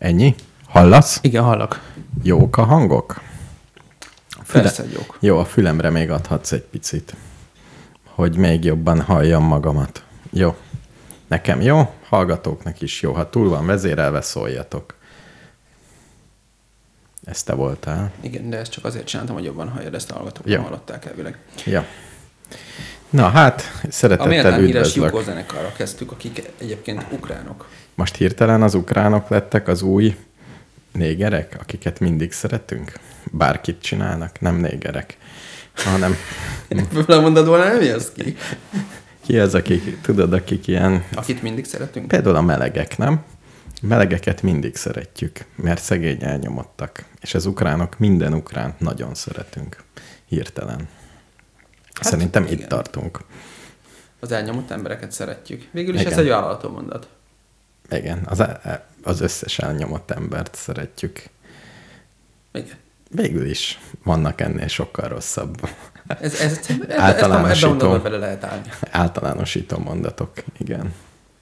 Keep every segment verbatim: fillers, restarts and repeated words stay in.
Ennyi? Hallasz? Igen, hallak. Jók a hangok? Füle... Persze, jók. Jó, a fülemre még adhatsz egy picit, hogy még jobban halljam magamat. Jó. Nekem jó, hallgatóknak is jó. Ha túl van vezérelve, szóljatok. Ez te voltál. Igen, de ezt csak azért csináltam, hogy jobban halljad, ezt a hallgatók Ja. hallották elvileg. Ja. Na hát, A szeretettel méltán híres üdvözlök. Jukó zenekarra kezdtük, akik egyébként ukránok. Most hirtelen az ukránok lettek az új négerek, akiket mindig szeretünk? Bárkit csinálnak, nem négerek, hanem Ebből a mondatból nem jössz ki. ki az, akik, tudod, akik ilyen, Akit mindig szeretünk. például a melegek, nem? Melegeket mindig szeretjük, mert szegény elnyomottak. És az ukránok, minden ukránt nagyon szeretünk. Hirtelen. Hát, Szerintem igen. itt tartunk. Az elnyomott embereket szeretjük. Végül is Igen. ez egy vállalható mondat. Igen, az, az összes elnyomott embert szeretjük. Igen. Végül is vannak ennél sokkal rosszabb. Ez, ez, ez, ebbe, Általánosító. ebbe a mondatba bele lehet állni. Általánosító mondatok, igen.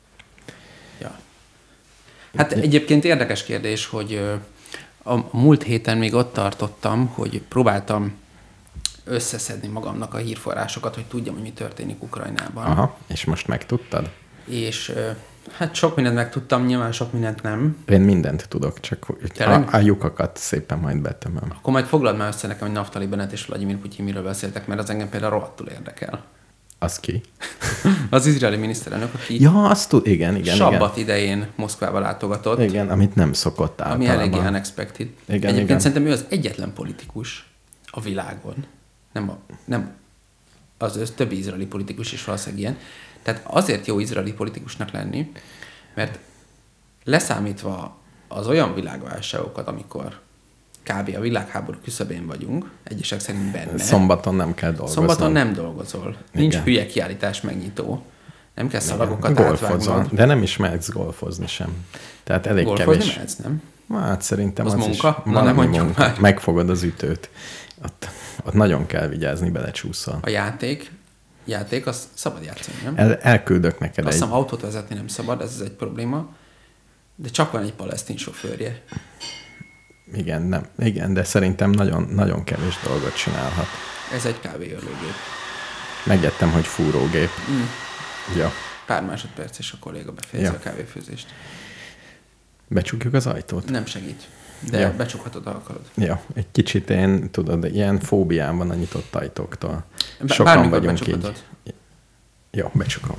Ja. Hát egyébként érdekes kérdés, hogy ö, a, a múlt héten még ott tartottam, hogy próbáltam összeszedni magamnak a hírforrásokat, hogy tudjam, hogy mi történik Ukrajnában. Aha, és most megtudtad? És ö, hát sok mindent megtudtam, nyilván sok mindent nem. Én mindent tudok, csak Tényleg? a, a lyukakat szépen majd betömöm. Akkor majd foglald már össze nekem, hogy Naftali Bennett és Vladimir Putyin miről beszéltek, mert az engem például rohadtul érdekel. Az ki? Az izraeli miniszterelnök, aki Ja, azt tud, igen, igen, sabbat idején Moszkvába látogatott. igen. Igen, amit nem szokott Ami általában. eléggé unexpected. Igen, Egyébként igen. szerintem ő az egyetlen politikus a világon. Nem, a, nem az össz, többi izraeli politikus is valószínűleg ilyen. Tehát azért jó izraeli politikusnak lenni, mert leszámítva az olyan világválságokat, amikor kb. A világháború küszöbén vagyunk, egyesek szerint benne. Szombaton nem kell dolgozni. Szombaton nem dolgozol. Nincs Igen. hülye kiállítás megnyitó. Nem kell Igen. szalagokat Golfozol, átvágnod. de nem is mehetsz golfozni sem. Tehát elég Golfozni kevés. mehetsz, nem? Hát szerintem Az az, munka? is Na, nem valami mondjuk munka. már. Megfogod az ütőt. Ott, ott nagyon kell vigyázni, belecsúszol. A játék, játék, az szabad játszani, nem? El, elküldök neked Azt egy... hiszem autót vezetni nem szabad, ez egy probléma, de csak van egy palesztin sofőrje. Igen, nem. Igen, de szerintem nagyon, nagyon kevés dolgot csinálhat. Ez egy kávéölőgép. Megettem, hogy fúrógép. Mm. Ja. Pár másodperc, és a kolléga befejezi Ja. a kávéfőzést. Becsukjuk az ajtót? Nem segít, de Ja. becsukhatod, ha akarod. Ja, egy kicsit én, tudod, ilyen fóbiám van a nyitott ajtóktól. Be- Sokan bármikor vagyunk becsukhatod. így. Jó, becsukom.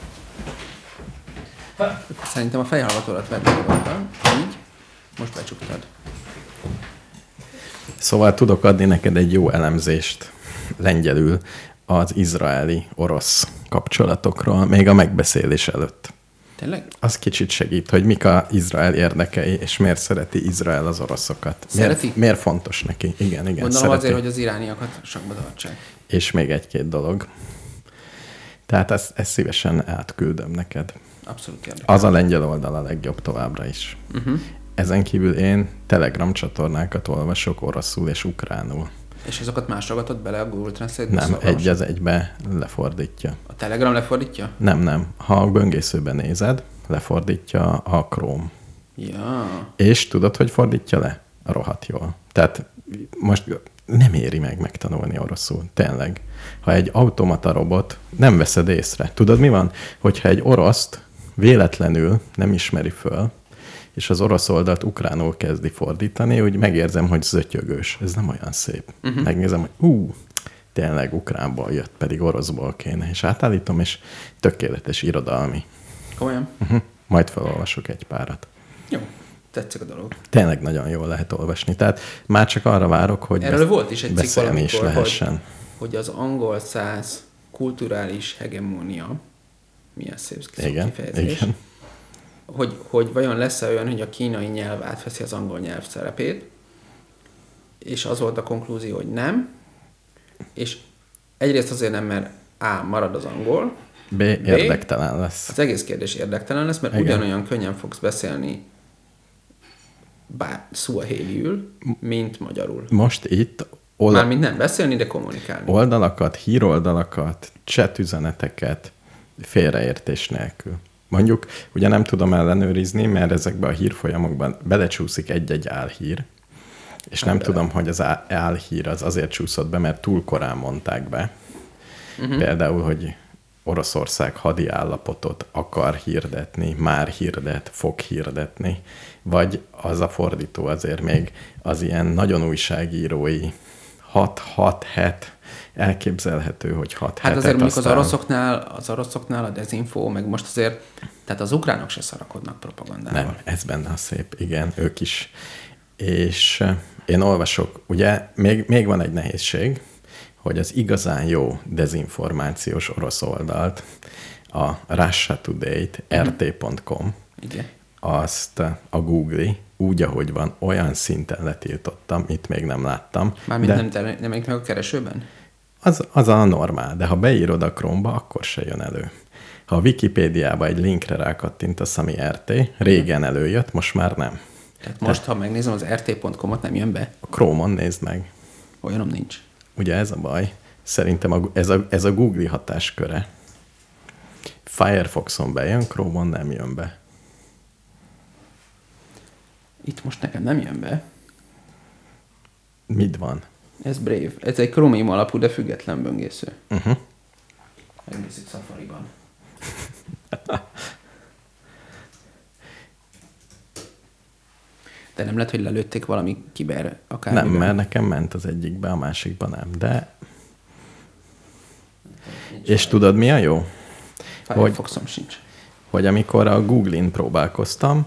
Szerintem a fejhallgatórat vedd nyugodtan. Így. Most becsuktad. Szóval tudok adni neked egy jó elemzést lengyelül az izraeli-orosz kapcsolatokról, még a megbeszélés előtt. Tényleg? Az kicsit segít, hogy mik az Izrael érdekei, és miért szereti Izrael az oroszokat. Szereti? Miért, miért fontos neki? Igen, igen, Gondolom szereti. azért, hogy az irániakat sakba tartsák. És még egy-két dolog. Tehát ezt, ezt szívesen átküldöm neked. Abszolút érdekel. Az a lengyel oldal a legjobb továbbra is. Uh-huh. Ezen kívül én Telegram csatornákat olvasok oroszul és ukránul. És azokat másolgatod bele a Google Translate-be? Nem, egy az egybe lefordítja. A Telegram lefordítja? Nem, nem. Ha a böngészőben nézed, lefordítja a Chrome. Ja. És tudod, hogy fordítja le? Rohadt jól. Tehát most nem éri meg megtanulni oroszul. Tényleg. Ha egy automata robot, nem veszed észre. Tudod, mi van? Hogyha egy oroszt véletlenül nem ismeri föl, és az orosz oldalt ukránul kezdi fordítani, úgy megérzem, hogy zötyögős. Ez nem olyan szép. Uh-huh. Megnézem, hogy ú, tényleg ukránból jött, pedig oroszból kéne. És átállítom, és tökéletes irodalmi. Komolyan? Uh-huh. Majd felolvasok egy párat. Jó. Tetszik a dolog. Tényleg nagyon jól lehet olvasni. Tehát már csak arra várok, hogy Erről besz- volt is egy cikk beszélni is valamikor, lehessen. hogy, hogy az angol száz kulturális hegemónia, milyen szép Igen, kifejezés, igen. Hogy, hogy vajon lesz-e olyan, hogy a kínai nyelv átveszi az angol nyelv szerepét, és az volt a konklúzió, hogy nem, és egyrészt azért nem, mert A. marad az angol, B. érdektelen lesz. az egész kérdés érdektelen lesz, mert Igen. ugyanolyan könnyen fogsz beszélni bár szuahéliül, mint magyarul. Most itt old- Mármint nem beszélni, de kommunikálni. oldalakat, híroldalakat, chat üzeneteket félreértés nélkül. mondjuk ugye nem tudom ellenőrizni, mert ezekbe a hírfolyamokban belecsúszik egy-egy álhír, és nem, nem tudom, hogy az álhír az azért csúszott be, mert túl korán mondták be. Uh-huh. Például, hogy Oroszország hadi állapotot akar hirdetni, már hirdet, fog hirdetni, vagy az a fordító azért még az ilyen nagyon újságírói hat-hat het, elképzelhető, hogy hat Hát hetet azért mondjuk aztán... az oroszoknál, az oroszoknál a dezinfo, meg most azért, tehát az ukránok se szarakodnak propagandával. Nem, ez benne a szép, igen, ők is. És én olvasok, ugye még, még van egy nehézség, hogy az igazán jó dezinformációs orosz oldalt, a Russia Today-t, uh-huh. er té pont com, igen. Azt a Google úgy, ahogy van, olyan szinten letiltottam, itt még nem láttam. Mármint nem, te, nem meg a keresőben? Az, az a normál, de ha beírod a Chrome-ba, akkor se jön elő. Ha a Wikipédiába egy linkre rákattintasz, ami er té, régen előjött, most már nem. Tehát most, Tehát, ha megnézem, az er té pont com-ot nem jön be? A Chrome-on nézd meg. Olyanom nincs. Ugye ez a baj. Szerintem a, ez, a, ez a Google hatásköre. Firefoxon bejön, Chrome-on nem jön be. Itt most nekem nem jön be. Mit van? Ez Brave. Ez egy Chromium alapú, de független böngésző. Uh-huh. Megnézzük Safari-ban. De nem lehet, hogy lelőtték valami kiber akármiben? Nem, mert nekem ment az egyikbe, a másikba nem, de... Nincs És tudod, mi a jó? Firefoxom sincs. Hogy amikor a Google-in próbálkoztam,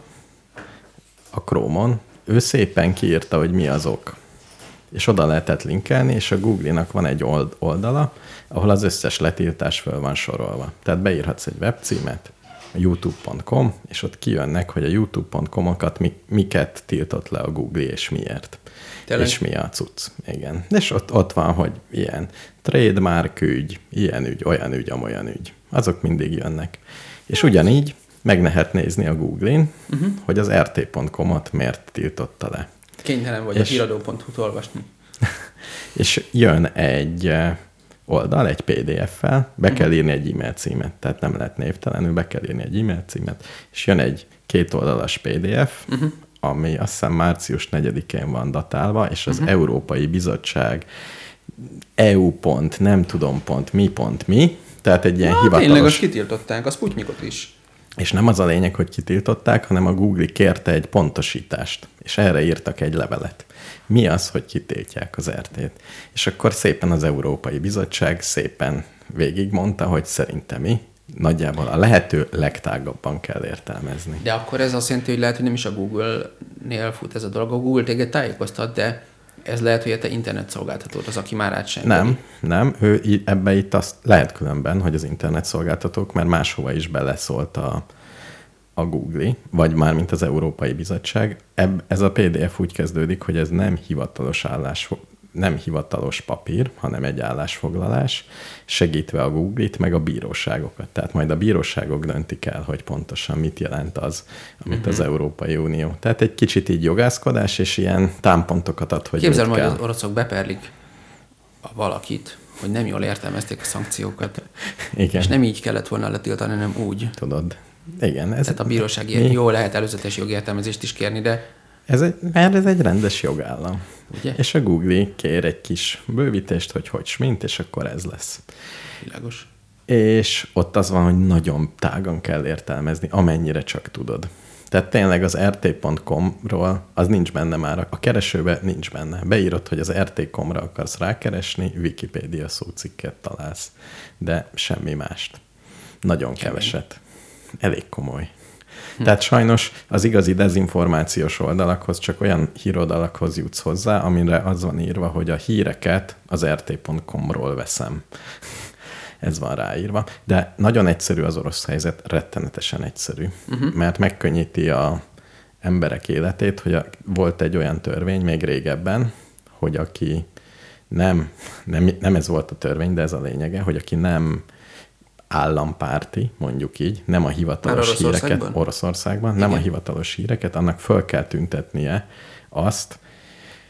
a Chrome-on, ő szépen kiírta, hogy mi az ok. És oda lehetett linkelni, és a Google-nak van egy oldala, ahol az összes letiltás föl van sorolva. Tehát beírhatsz egy webcímet, youtube pont com, és ott kijönnek, hogy a youtube pont com-okat mi, miket tiltott le a Google, és miért. Tényleg? És mi a cucc. Igen. És ott, ott van, hogy ilyen trademark ügy, ilyen ügy, olyan ügy, amolyan ügy. Azok mindig jönnek. És ugyanígy meg lehet nézni a Google-in, uh-huh. hogy az er té pont com-ot miért tiltotta le. Kénytelen vagy és, a híradó pont hu-t olvasni. És jön egy oldal, egy pé dé ef-fel, be uh-huh. kell írni egy e-mail címet, tehát nem lehet névtelenül, be kell írni egy e-mail címet, és jön egy két oldalas pé dé ef, uh-huh. ami azt hiszem március negyedikén van datálva, és az uh-huh. Európai Bizottság é u pont, nem tudom pont, mi pont mi, tehát egy ilyen Na, hivatalos... Tényleg, azt kitiltották, a Sputnikot is. És nem az a lényeg, hogy kitiltották, hanem a Google kérte egy pontosítást, és erre írtak egy levelet. Mi az, hogy kitiltják az er té-t? És akkor szépen az Európai Bizottság szépen végigmondta, hogy szerintem mi nagyjából a lehető legtágabban kell értelmezni. De akkor ez azt jelenti, hogy lehet, hogy nem is a Google-nél fut ez a dolog. A Google téged tájékoztat, de ez lehet, hogy a te internetszolgáltatód az, aki már átsengedi. Nem, nem. Ő ebbe itt azt lehet különben, hogy az internetszolgáltatók, mert máshova is beleszólt a, a Google, vagy már mint az Európai Bizottság. Ebb, ez a pé dé ef úgy kezdődik, hogy ez nem hivatalos állás, nem hivatalos papír, hanem egy állásfoglalás, segítve a Google-t, meg a bíróságokat. Tehát majd a bíróságok döntik el, hogy pontosan mit jelent az, amit uh-huh. az Európai Unió. Tehát egy kicsit így jogászkodás, és ilyen támpontokat ad, hogy Képzelem, hogy az oroszok beperlik a valakit, hogy nem jól értelmezték a szankciókat. Igen. És nem így kellett volna letiltani, hanem úgy. Tudod. Igen. Ez Tehát a bíróság ilyen jó lehet előzetes jogi értelmezést is kérni, de Ez egy, mert ez egy rendes jogállam. Ugye? És a Google kér egy kis bővítést, hogy hogy mint, és akkor ez lesz. Világos. És ott az van, hogy nagyon tágan kell értelmezni, amennyire csak tudod. Tehát tényleg az er té pont com-ról az nincs benne már, a keresőben nincs benne. Beírod, hogy az er té pont com-ra akarsz rákeresni, Wikipédia szócikket találsz, de semmi mást. Nagyon Kemény. keveset. Elég komoly. Hm. Tehát sajnos az igazi dezinformációs oldalakhoz csak olyan híroldalakhoz jutsz hozzá, amire az van írva, hogy a híreket az er té pont com-ról veszem. Ez van ráírva. De nagyon egyszerű az orosz helyzet, rettenetesen egyszerű. Uh-huh. Mert megkönnyíti a emberek életét, hogy a, volt egy olyan törvény még régebben, hogy aki nem, nem, nem ez volt a törvény, de ez a lényege, hogy aki nem állampárti, mondjuk így, nem a hivatalos Oroszországban? híreket Oroszországban, Igen. nem a hivatalos híreket, annak föl kell tüntetnie azt.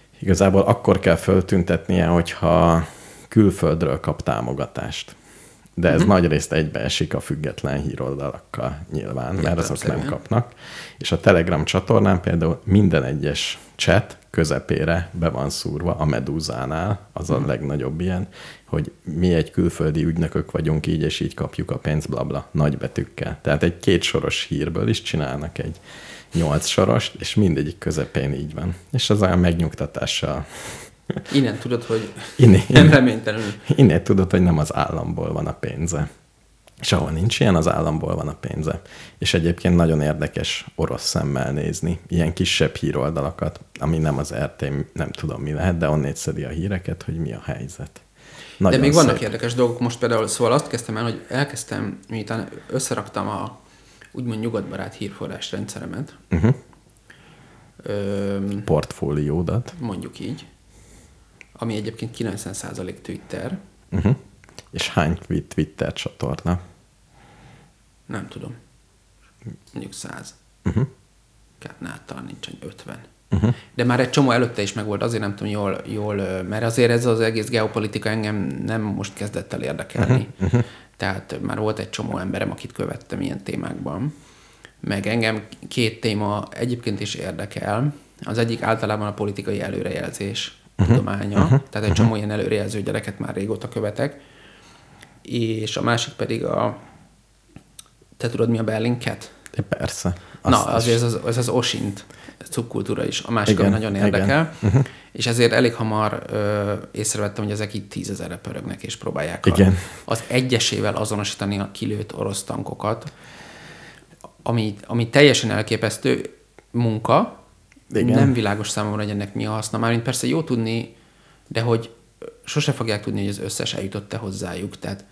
Igazából akkor kell föltüntetnie, hogyha külföldről kap támogatást. de ez uh-huh. nagyrészt egybeesik a független híroldalakkal nyilván, mert azok nem szerint. kapnak. És a Telegram csatornán például minden egyes chat közepére be van szúrva a Medúzánál, az a uh-huh. legnagyobb ilyen, hogy mi egy külföldi ügynökök vagyunk így, és így kapjuk a pénzt, blabla, nagybetűkkel. Tehát egy kétsoros hírből is csinálnak egy nyolc sorost, és mindegyik közepén így van. És az olyan megnyugtatással. Innen tudod, hogy Innen, nem reménytelenül. Innen tudod, hogy nem az államból van a pénze. És ahol nincs ilyen, az államból van a pénze. És egyébként nagyon érdekes orosz szemmel nézni ilyen kisebb híroldalakat, ami nem az er té, nem tudom mi lehet, de onnét szedi a híreket, hogy mi a helyzet. Nagyon de még szép. vannak érdekes dolgok most például, szóval azt kezdtem el, hogy elkezdtem, miután összeraktam a úgymond nyugatbarát hírforrás rendszeremet. Uh-huh. Öm, Portfóliódat. Mondjuk így. Ami egyébként kilencven százalék Twitter. Uh-huh. És hány Twitter csatorna? Nem tudom. Mondjuk száz. Uh-huh. Hát talán nincsen ötven. Uh-huh. De már egy csomó előtte is megvolt, azért nem tudom jól, jól, mert azért ez az egész geopolitika engem nem most kezdett el érdekelni. Uh-huh. Tehát már volt egy csomó emberem, akit követtem ilyen témákban. Meg engem két téma egyébként is érdekel. Az egyik általában a politikai előrejelzés uh-huh. tudománya. Uh-huh. Tehát egy csomó ilyen előrejelző gyereket már régóta követek. És a másik pedig a... Te tudod, mi a Bellingcat? Persze. Na, azért ez az, ez az Osint szubkultúra is. A másik, igen, nagyon érdekel. Uh-huh. És ezért elég hamar ö, észrevettem, hogy ezek itt tízezerre pörögnek, és próbálják a, az egyesével azonosítani a kilőtt orosz tankokat, ami, ami teljesen elképesztő munka. Igen. Nem világos számomra, hogy ennek mi a haszna. Mármint persze jó tudni, de hogy sose fogják tudni, hogy az összes eljutott-e hozzájuk. Tehát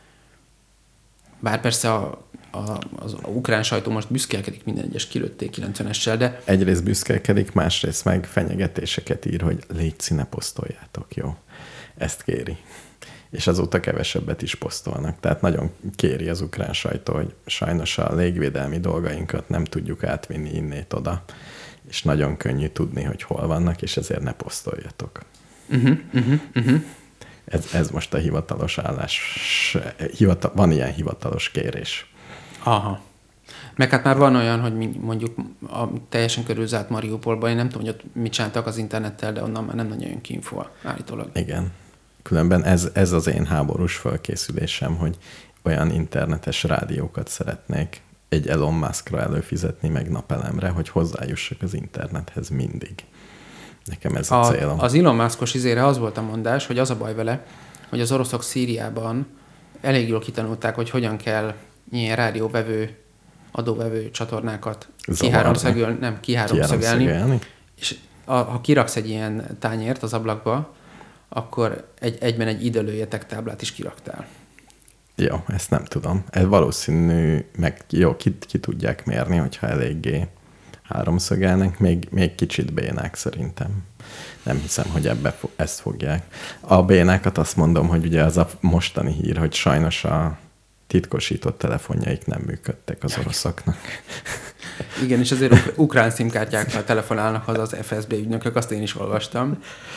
bár persze a, a, az a ukrán sajtó most büszkélkedik minden egyes kilőtt té kilencvenessel, de... Egyrészt büszkélkedik, másrészt meg fenyegetéseket ír, hogy légy ne posztoljátok, jó? Ezt kéri. És azóta kevesebbet is posztolnak. Tehát nagyon kéri az ukrán sajtó, hogy sajnos a légvédelmi dolgainkat nem tudjuk átvinni innét oda, és nagyon könnyű tudni, hogy hol vannak, és ezért ne posztoljatok. Uh-huh, uh-huh, uh-huh. Ez, ez most a hivatalos állás. Hivatal, van ilyen hivatalos kérés. Aha. Meg hát már van olyan, hogy mondjuk a teljesen körülzárt Mariupolban, én nem tudom, hogy ott mit csináltak az internettel, de onnan már nem nagyon jön ki info állítólag. Igen. Különben ez, ez az én háborús felkészülésem, hogy olyan internetes rádiókat szeretnék egy Elon Muskra előfizetni, meg napelemre, hogy hozzájussak az internethez mindig. Nekem ez a, a célom. Az Elon Muskos izére az volt a mondás, hogy az a baj vele, hogy az oroszok Szíriában elég jól kitanulták, hogy hogyan kell ilyen rádióvevő, adóvevő csatornákat kiháromszögölni, nem, kiháromszögelni. És a, ha kiraksz egy ilyen tányért az ablakba, akkor egy, egyben egy időlőjetek táblát is kiraktál. Jó, ezt nem tudom. Ez valószínű, meg jó, ki, ki tudják mérni, hogyha eléggé háromszögelnek, még, még kicsit bénák szerintem. Nem hiszem, hogy ebbe fo- ezt fogják. A bénákat azt mondom, hogy ugye az a mostani hír, hogy sajnos a titkosított telefonjaik nem működtek az oroszoknak. Igen, és azért uk- ukrán szimkártyákkal telefonálnak az az ef es bé ügynökök, azt én is olvastam.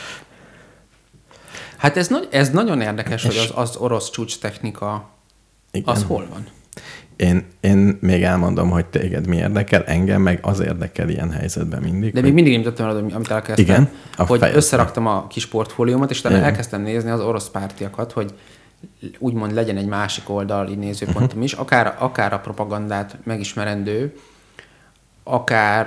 Hát ez, nagy, ez nagyon érdekes, és hogy az, az orosz csúcs technika, igen. Az hol van? Én, én még elmondom, hogy téged mi érdekel, engem meg az érdekel ilyen helyzetben mindig. De hogy... még mindig nem tudtam, amit elkezdtem, igen, hogy fejezben. Összeraktam a kis portfóliómat, és utána elkezdtem nézni az orosz pártiakat, hogy úgymond legyen egy másik oldal, így nézőpontom uh-huh. is, akár, akár a propagandát megismerendő, akár...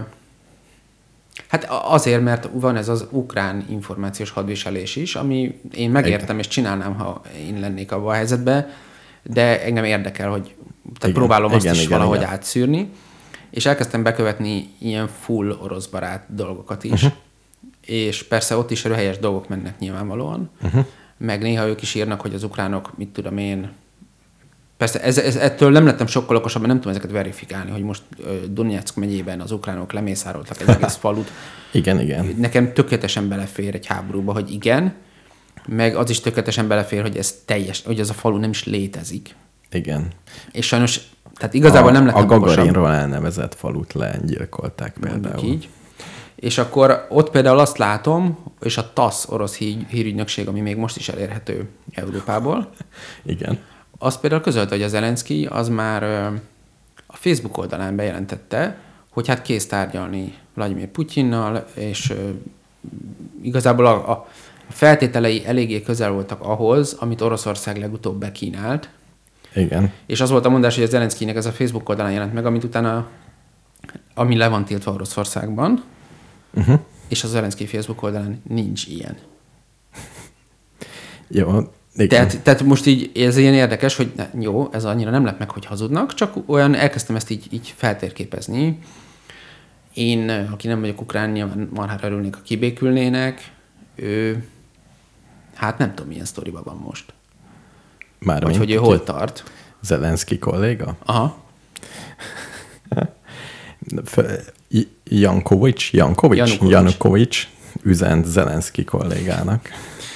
Hát azért, mert van ez az ukrán információs hadviselés is, ami én megértem, és csinálnám, ha én lennék abban a helyzetben, de engem érdekel, hogy tehát igen, próbálom azt igen, is igen, valahogy igen. átszűrni, és elkezdtem bekövetni ilyen full orosz barát dolgokat is, uh-huh. és persze ott is helyes dolgok mennek nyilvánvalóan, uh-huh. meg néha ők is írnak, hogy az ukránok, mit tudom én, persze ez, ez, ettől nem lettem sokkal okosabb, mert nem tudom ezeket verifikálni, hogy most Donetsk megyében az ukránok lemészároltak egy egész falut. Igen, igen. Nekem tökéletesen belefér egy háborúba, hogy igen, meg az is tökéletesen belefér, hogy ez teljes, hogy ez a falu nem is létezik. Igen. És sajnos, tehát igazából a, nem lettem A Gagarinról elnevezett falut legyilkolták például. Így. És akkor ott például azt látom, és a TASZ orosz hír, hírügynökség, ami még most is elérhető Európából. Igen. azt például közölte, hogy a Zelenszky az már a Facebook oldalán bejelentette, hogy hát kész tárgyalni Vladimir Putyinnal, és igazából a, a feltételei eléggé közel voltak ahhoz, amit Oroszország legutóbb bekínált. Igen. És az volt a mondás, hogy a Zelenszkynek ez a Facebook oldalán jelent meg, amit utána, ami le van tiltva Oroszországban, uh-huh. és a Zelenszky Facebook oldalán nincs ilyen. Jó. Tehát, tehát most így ez ilyen érdekes, hogy ne, jó, ez annyira nem lep meg, hogy hazudnak, csak olyan elkezdtem ezt így, így feltérképezni. Én, aki nem vagyok ukrán, nyilván marhára örülnék, ha kibékülnének. Ő, hát nem tudom, milyen sztoriban van most. Már vagy hogy ő hol tart. Zelenszky kolléga? Aha. Jankovics, Jankovics, Janukovics üzent Zelenszky kollégának,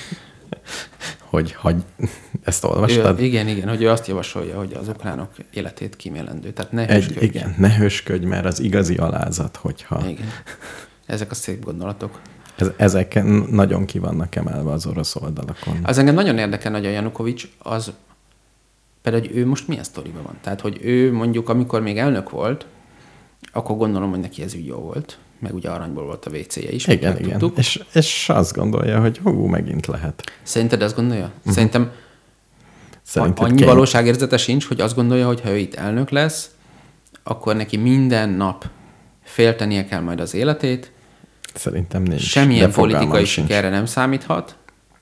hogy hagy, ezt olvastad? Ő, igen, igen, hogy ő azt javasolja, hogy az ukránok életét kímélendő. Tehát ne Egy, igen, ne hősködj, mert az igazi alázat, hogyha... Igen. Ezek a szép gondolatok. Ez, ezek nagyon ki vannak emelve az orosz oldalakon. Az engem nagyon érdekel, hogy a Janukovics, az például, hogy ő most milyen sztoriban van. Tehát, hogy ő mondjuk, amikor még elnök volt, akkor gondolom, hogy neki ez úgy jó volt. Meg ugye aranyból volt a vé cé-je is. Igen, igen. És, és azt gondolja, hogy hú, megint lehet. Szerinted azt gondolja? Uh-huh. Szerintem Szerinted annyi kény... valóságérzete sincs, hogy azt gondolja, hogy ha ő itt elnök lesz, akkor neki minden nap féltenie kell majd az életét. Szerintem nincs. Semmilyen politikai sikerre nem számíthat,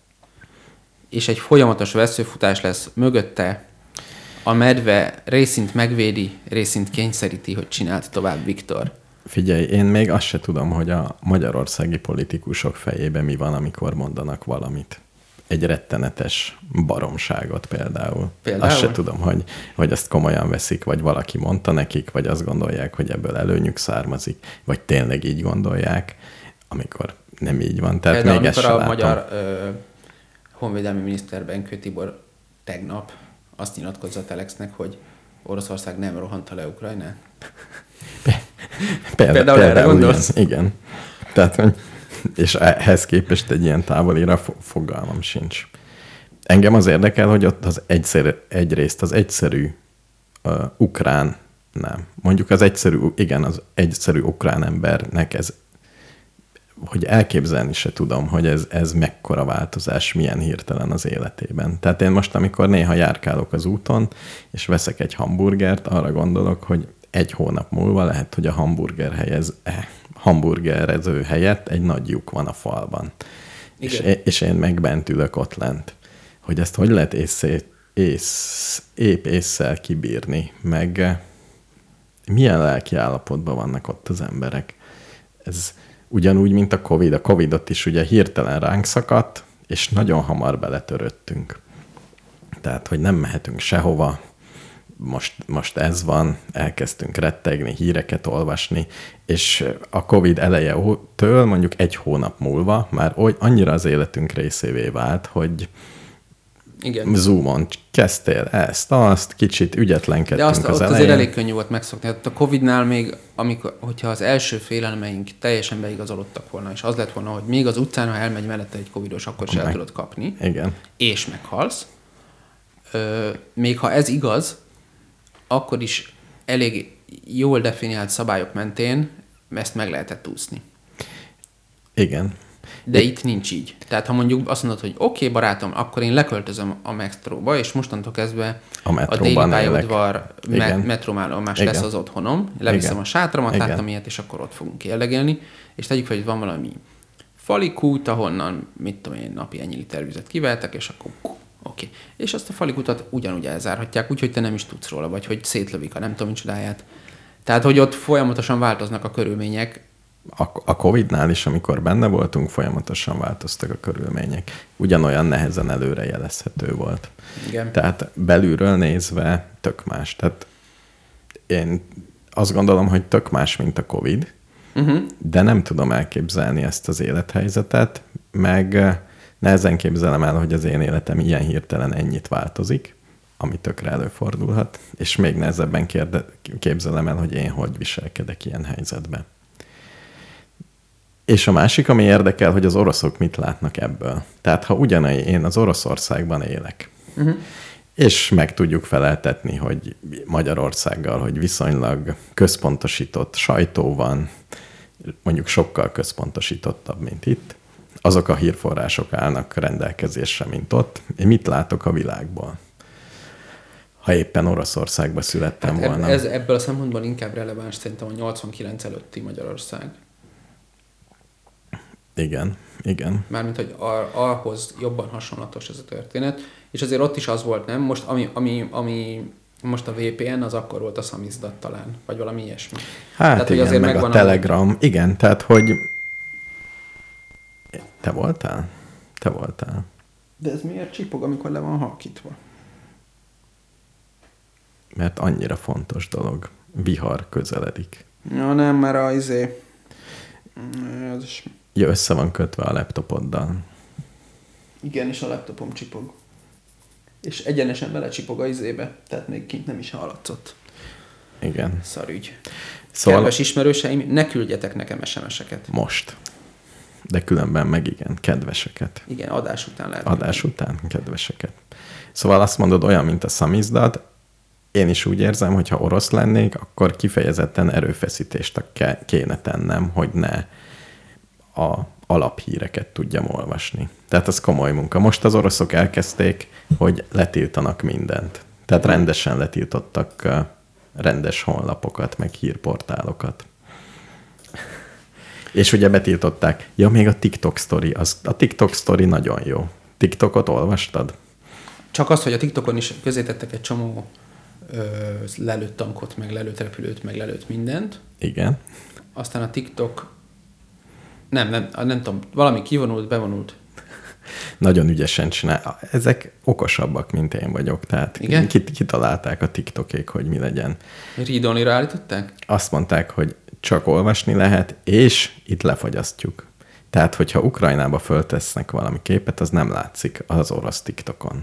és egy folyamatos veszőfutás lesz mögötte. A medve részint megvédi, részint kényszeríti, hogy csinált tovább Viktor. Figyelj, én még azt se tudom, hogy a magyarországi politikusok fejében mi van, amikor mondanak valamit. Egy rettenetes baromságot például. például? Azt se tudom, hogy, hogy ezt komolyan veszik, vagy valaki mondta nekik, vagy azt gondolják, hogy ebből előnyük származik, vagy tényleg így gondolják, amikor nem így van. Tehát például, még ezt se a látom. magyar ö, honvédelmi miniszter Benkő Tibor tegnap azt nyilatkozza a Telexnek, hogy Oroszország nem rohanta le Ukrajnát. Például, például erre gondolsz? Igen. igen. Tehát, hogy, és ehhez képest egy ilyen távolira fogalmam sincs. Engem az érdekel, hogy ott az egyszer, egyrészt az egyszerű uh, ukrán, nem, mondjuk az egyszerű, igen, az egyszerű ukrán embernek ez, hogy elképzelni se tudom, hogy ez, ez mekkora változás, milyen hirtelen az életében. Tehát én most, amikor néha járkálok az úton, és veszek egy hamburgert, arra gondolok, hogy egy hónap múlva lehet, hogy a hamburger helyez, eh, hamburgerező helyett egy nagy lyuk van a falban. És, és én meg bent ülök ott lent. Hogy ezt hogy lehet észé, ész, épp ésszel kibírni, meg milyen lelki állapotban vannak ott az emberek. Ez ugyanúgy, mint a Covid. A Covidot is ugye hirtelen ránk szakadt, és nagyon hamar beletöröttünk. Tehát, hogy nem mehetünk sehova, Most, most ez van, elkezdtünk rettegni, híreket olvasni, és a Covid elejétől mondjuk egy hónap múlva már oly, annyira az életünk részévé vált, hogy igen. Zoomon kezdtél ezt, azt, kicsit ügyetlenkedtünk de azt, az ott elején. azért elég könnyű volt megszokni. Hát a Covidnál még, amikor, hogyha az első félelmeink teljesen beigazolódtak volna, és az lett volna, hogy még az utcán, ha elmegy mellette egy covidos, akkor se el tudod kapni, igen. és meghalsz. Ö, még ha ez igaz, akkor is elég jól definiált szabályok mentén ezt meg lehetett úszni. Igen. De itt nincs így. Tehát ha mondjuk azt mondod, hogy oké, okay, barátom, akkor én leköltözöm a metróba, és mostantól kezdve a, a déli pályaudvar me- metrómállomás lesz az otthonom, leviszem Igen. a sátramat, Igen. láttam ilyet, és akkor ott fogunk érdekelni, és tegyük fel, hogy van valami falikút, ahonnan, mit tudom én, napi ennyi liter vizet kiveltek, és akkor oké. Okay. És azt a falikutat ugyanúgy elzárhatják, úgyhogy te nem is tudsz róla, vagy hogy szétlövik a nem tudom micsodáját. Tehát, hogy ott folyamatosan változnak a körülmények. A, a Covidnál is, amikor benne voltunk, folyamatosan változtak a körülmények. Ugyanolyan nehezen előrejelezhető volt. Igen. Tehát belülről nézve tök más. Tehát én azt gondolom, hogy tök más, mint a Covid, uh-huh. de nem tudom elképzelni ezt az élethelyzetet, meg nehezen képzelem el, hogy az én életem ilyen hirtelen ennyit változik, ami tökre előfordulhat, és még nehezebben kérde, képzelem el, hogy én hogy viselkedek ilyen helyzetben. És a másik, ami érdekel, hogy az oroszok mit látnak ebből. Tehát ha ugyanai én az Oroszországban élek, uh-huh. és meg tudjuk feleltetni, hogy Magyarországgal, hogy viszonylag központosított sajtó van, mondjuk sokkal központosítottabb, mint itt. Azok a hírforrások állnak rendelkezésre, mint ott. Én mit látok a világból? Ha éppen Oroszországba születtem hát volna. Ez ebből a szempontból inkább releváns szerintem a nyolcvankilenc előtti Magyarország. Igen, igen. Mármint, hogy ar- ahhoz jobban hasonlatos ez a történet. És azért ott is az volt, nem? Most, ami, ami, ami most a vé pé en, az akkor volt a szamizdat talán, vagy valami ilyesmi. Hát tehát, igen, azért meg a Telegram. A... Igen, tehát, hogy te voltál? Te voltál. De ez miért csipog, amikor le van halkítva? Mert annyira fontos dolog. Vihar közeledik. Ja, nem, mert a izé... Ez is... Ja, össze van kötve a laptopoddal. Igen, és a laptopom csipog. És egyenesen belecsipog a izébe, tehát még kint nem is hallatszott. Igen. Szarügy. Szóval... Kedves ismerőseim, ne küldjetek nekem es em es-eket. Most. De különben meg igen, kedveseket. Igen, adás után lehet. Adás után kedveseket. Szóval azt mondod, olyan, mint a szamizdat, én is úgy érzem, hogy ha orosz lennék, akkor kifejezetten erőfeszítést kéne tennem, hogy ne a alaphíreket tudjam olvasni. Tehát az komoly munka. Most az oroszok elkezdték, hogy letiltanak mindent. Tehát rendesen letiltottak rendes honlapokat, meg hírportálokat. És ugye betiltották. Ja, még a TikTok sztori. Az, a TikTok sztori nagyon jó. TikTokot olvastad? Csak az, hogy a TikTokon is közétettek egy csomó ö, lelőtt tankot, meg lelőtt repülőt, meg lelőtt mindent. Igen. Aztán a TikTok nem, nem, nem tudom, valami kivonult, bevonult. Nagyon ügyesen csinál. Ezek okosabbak, mint én vagyok. Tehát igen? Kit, kitalálták a TikTokék, hogy mi legyen. Read-only-ra állították? Azt mondták, hogy csak olvasni lehet, és itt lefagyasztjuk. Tehát, hogyha Ukrajnába föltesznek valami képet, az nem látszik az orosz TikTokon.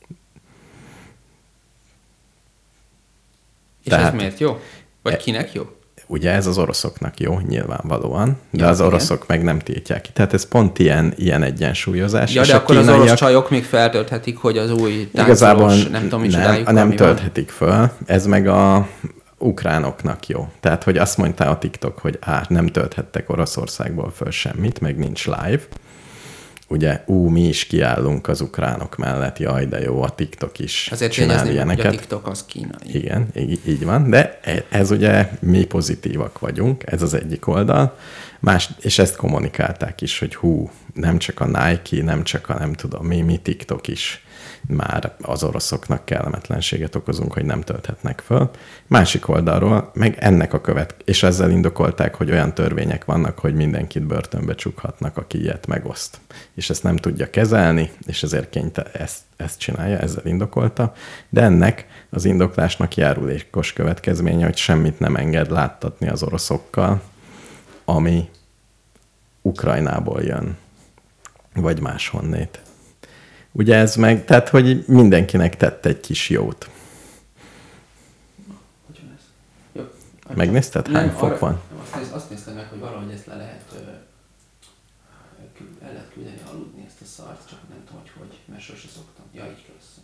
És Tehát, ez miért jó? Vagy e, kinek jó? Ugye ez az oroszoknak jó, nyilvánvalóan, de ja, az igen. oroszok meg nem tiltják ki. Tehát ez pont ilyen, ilyen egyensúlyozás. Ja, és de a akkor kínaiak... az orosz csajok még feltölthetik, hogy az új igazából táncolos, nem tudom, nem, nem tölthetik föl. Ez meg a ukránoknak jó. Tehát, hogy azt mondta a TikTok, hogy á, nem tölthettek Oroszországból föl semmit, meg nincs live. Ugye, ú, mi is kiállunk az ukránok mellett, jaj, de jó, a TikTok is azért csinál ilyeneket. Azért a TikTok az kínai. Igen, így, így van, de ez ugye mi pozitívak vagyunk, ez az egyik oldal. Más, és ezt kommunikálták is, hogy hú, nem csak a Nike, nem csak a nem tudom mi, mi TikTok is már az oroszoknak kellemetlenséget okozunk, hogy nem tölthetnek föl. Másik oldalról meg ennek a követ, és ezzel indokolták, hogy olyan törvények vannak, hogy mindenkit börtönbe csukhatnak, aki ilyet megoszt. És ezt nem tudja kezelni, és ezért kényte ezt, ezt csinálja, ezzel indokolta. De ennek az indoklásnak járulékos következménye, hogy semmit nem enged láttatni az oroszokkal, ami Ukrajnából jön, vagy máshonnét. Ugye ez meg, tehát, hogy mindenkinek tett egy kis jót. Jó. Megnézted? Hány nem, fok arra, van? Nem, azt, azt néztem meg, hogy valahogy ezt le lehet, el lehet küldeni aludni ezt a szart, csak nem tudom, hogy hogy, mert sose szoktam. Ja, így kell össze.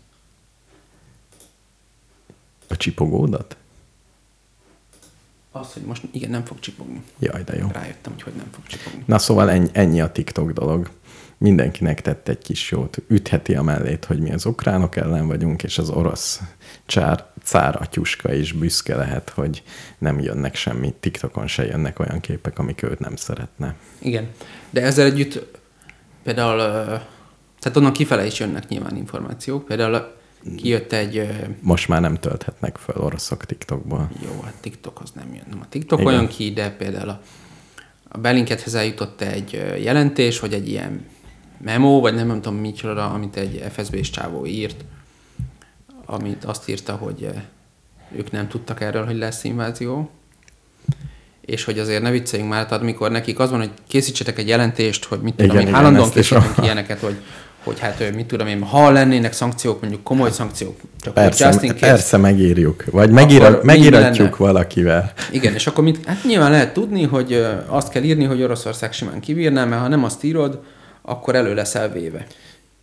A csipogódat? Az, hogy most igen, nem fog csipogni. Jaj, de jó. Rájöttem, hogy hogy nem fog csipogni. Na szóval ennyi, ennyi a TikTok dolog. Mindenkinek tett egy kis jót. Ütheti a mellét, hogy mi az ukránok ellen vagyunk, és az orosz csár, cár atyuska is büszke lehet, hogy nem jönnek semmi. TikTokon se jönnek olyan képek, amik őt nem szeretne. Igen. De ezzel együtt például, tehát onnan kifele is jönnek nyilván információk. Például kijött egy... Most már nem tölthetnek föl oroszok TikTokból. Jó, hát TikTokhoz nem jön. Nem a TikTok igen. olyan ki, de például a, a Bellingcathez eljutott egy jelentés, hogy egy ilyen memo, vagy nem, nem tudom micsoda, amit egy ef es bé-s csávó írt, amit azt írta, hogy ők nem tudtak erről, hogy lesz invázió, és hogy azért ne vicceljünk már, tehát amikor nekik az van, hogy készítsetek egy jelentést, hogy mit tudom én, állandóan készítünk ilyeneket, hogy, hogy hát mit tudom én, ha lennének szankciók, mondjuk komoly szankciók, csak persze, just in case. Persze megírjuk, vagy megírat, megíratjuk valakivel. Igen, és akkor mit, hát nyilván lehet tudni, hogy azt kell írni, hogy Oroszország simán kibírná, mert ha nem azt írod, akkor elő leszel véve.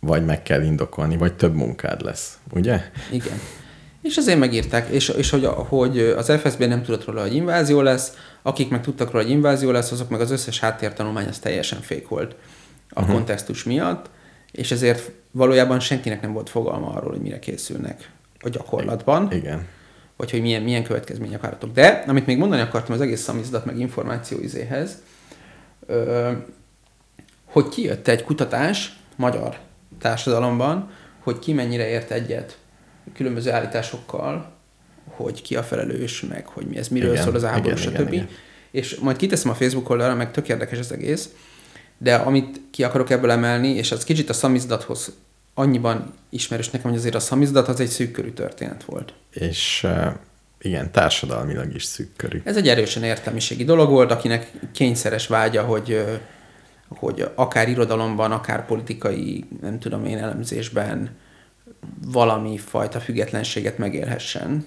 vagy meg kell indokolni, vagy több munkád lesz, ugye? Igen. És azért megírták, és, és hogy, hogy az ef es bé nem tudott róla, hogy invázió lesz, akik meg tudtak róla, hogy invázió lesz, azok meg az összes háttértanulmány az teljesen fék volt a uh-huh. kontextus miatt, és ezért valójában senkinek nem volt fogalma arról, hogy mire készülnek a gyakorlatban. Igen. Vagy hogy milyen, milyen következmények várhatók. De, amit még mondani akartam az egész szamizdat, meg információ izéhez, ö, hogy kijött egy kutatás magyar társadalomban, hogy ki mennyire ért egyet különböző állításokkal, hogy ki a felelős, meg hogy mi ez, miről igen, szól az háború, stb. És majd kiteszem a Facebook oldalra, meg tök érdekes az egész, de amit ki akarok ebből emelni, és az kicsit a szamizdathoz annyiban ismerős nekem, hogy azért a szamizdat az egy szűkkörű történet volt. És uh, igen, társadalmilag is szűkkörű. Ez egy erősen értelmiségi dolog volt, akinek kényszeres vágya, hogy, hogy akár irodalomban, akár politikai, nem tudom én, elemzésben valami fajta függetlenséget megélhessen.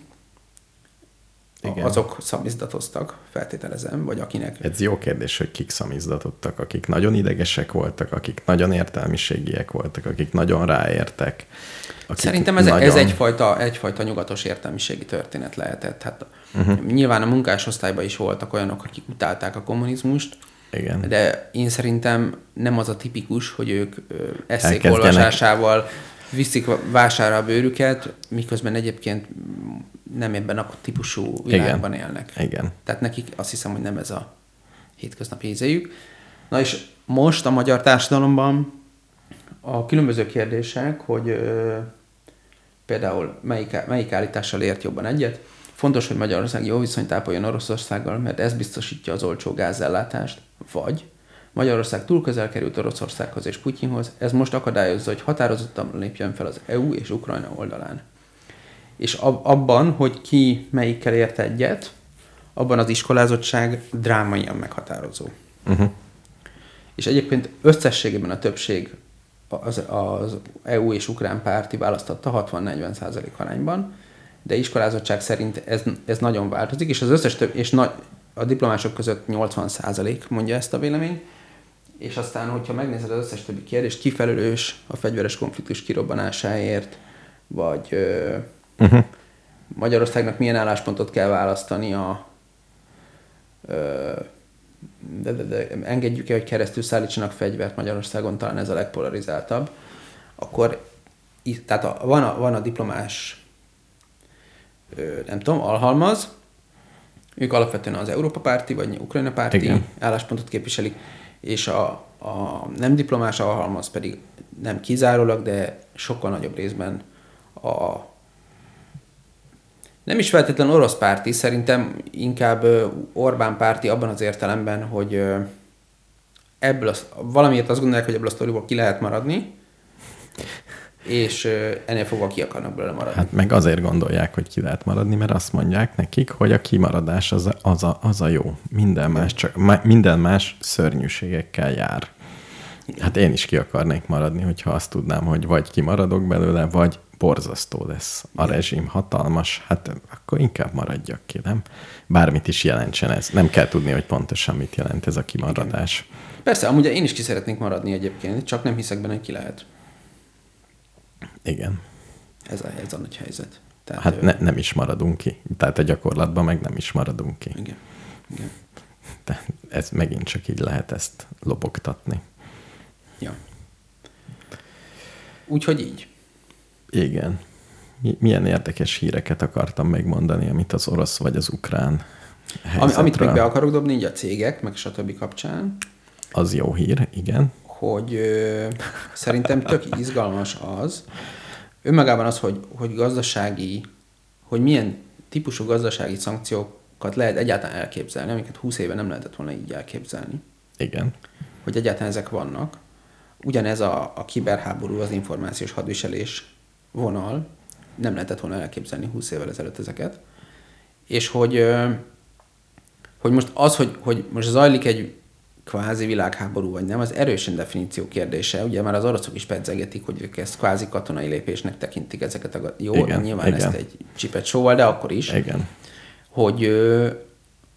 Igen. Azok szamizdatoztak, feltételezem, vagy akinek... Ez jó kérdés, hogy kik szamizdatottak, akik nagyon idegesek voltak, akik nagyon értelmiségiek voltak, akik nagyon ráértek. Szerintem ez, nagyon... ez egyfajta, egyfajta nyugatos értelmiségi történet lehetett. Hát uh-huh. Nyilván a munkásosztályban is voltak olyanok, akik utálták a kommunizmust, igen. De én szerintem nem az a tipikus, hogy ők eszék olvasásával viszik vásárra a bőrüket, miközben egyébként nem ebben a típusú világban igen. élnek. Igen. Tehát nekik azt hiszem, hogy nem ez a hétköznapi ízéjük. Na és most a magyar társadalomban a különböző kérdések, hogy ö, például melyik, melyik állítással ért jobban egyet. Fontos, hogy Magyarország jó viszonyt ápoljon Oroszországgal, mert ez biztosítja az olcsó gázellátást, vagy Magyarország túl közel került Oroszországhoz és Putyinhoz, ez most akadályozza, hogy határozottan lépjen fel az é u és Ukrajna oldalán. És ab- abban, hogy ki melyikkel ért egyet, abban az iskolázottság drámaian meghatározó. Uh-huh. És egyébként összességében a többség az, az é u és ukrán párti választotta hatvan-negyven százalék arányban, de iskolázottság szerint ez, ez nagyon változik, és az összes több, és na, a diplomások között nyolcvan százalék mondja ezt a véleményt, és aztán, hogyha megnézed az összes többi kérdést, ki felelős a fegyveres konfliktus kirobbanásáért, vagy ö, uh-huh. Magyarországnak milyen álláspontot kell választani a ö, de, de, de engedjük-e, hogy keresztül szállítsanak fegyvert Magyarországon, talán ez a legpolarizáltabb, akkor tehát a, van, a, van a diplomás ö, nem tudom, alhalmaz, ők alapvetően az Európa párti, vagy Ukrajna párti igen. álláspontot képviselik, és a, a nem diplomás alhalmaz pedig nem kizárólag, de sokkal nagyobb részben a nem is feltétlenül orosz párti, szerintem inkább Orbán párti abban az értelemben, hogy ebből az, valamiért azt gondolják, hogy ebből a sztoriból ki lehet maradni, és ennél fogva ki akarnak belőle maradni. Hát meg azért gondolják, hogy ki lehet maradni, mert azt mondják nekik, hogy a kimaradás az a, az a, az a jó. Minden más, csak, minden más szörnyűségekkel jár. Hát én is ki akarnék maradni, hogyha azt tudnám, hogy vagy kimaradok belőle, vagy borzasztó lesz a rezsim, hatalmas, hát akkor inkább maradjak ki, nem? Bármit is jelentsen ez. Nem kell tudni, hogy pontosan mit jelent ez a kimaradás. Igen. Persze, amúgy én is ki szeretnék maradni egyébként, csak nem hiszek benne, hogy ki lehet. Igen. Ez a, ez a nagy helyzet. Tehát, hát ne, nem is maradunk ki. Tehát a gyakorlatban meg nem is maradunk ki. Igen. Igen. Tehát ez megint csak így lehet ezt lobogtatni. Ja. Úgyhogy így. Igen. Milyen érdekes híreket akartam megmondani, amit az orosz vagy az ukrán helyzetről. Amit még be akarok dobni, így a cégek, meg stb. Kapcsán. Az jó hír, igen. Hogy ö, szerintem tök izgalmas az, önmagában az, hogy, hogy gazdasági, hogy milyen típusú gazdasági szankciókat lehet egyáltalán elképzelni, amiket húsz éve nem lehetett volna így elképzelni. Igen. Hogy egyáltalán ezek vannak. Ugyanez a, a kiberháború, az információs hadviselés vonal, nem lehetett volna elképzelni húsz évvel ezelőtt ezeket. És hogy, hogy most az, hogy, hogy most zajlik egy kvázi világháború, vagy nem, az erősen definíció kérdése. Ugye már az oroszok is pedzegetik, hogy ők ezt kvázi katonai lépésnek tekintik ezeket a... Jó, igen, nyilván igen. Ezt egy csipet sóval, de akkor is. Igen. Hogy,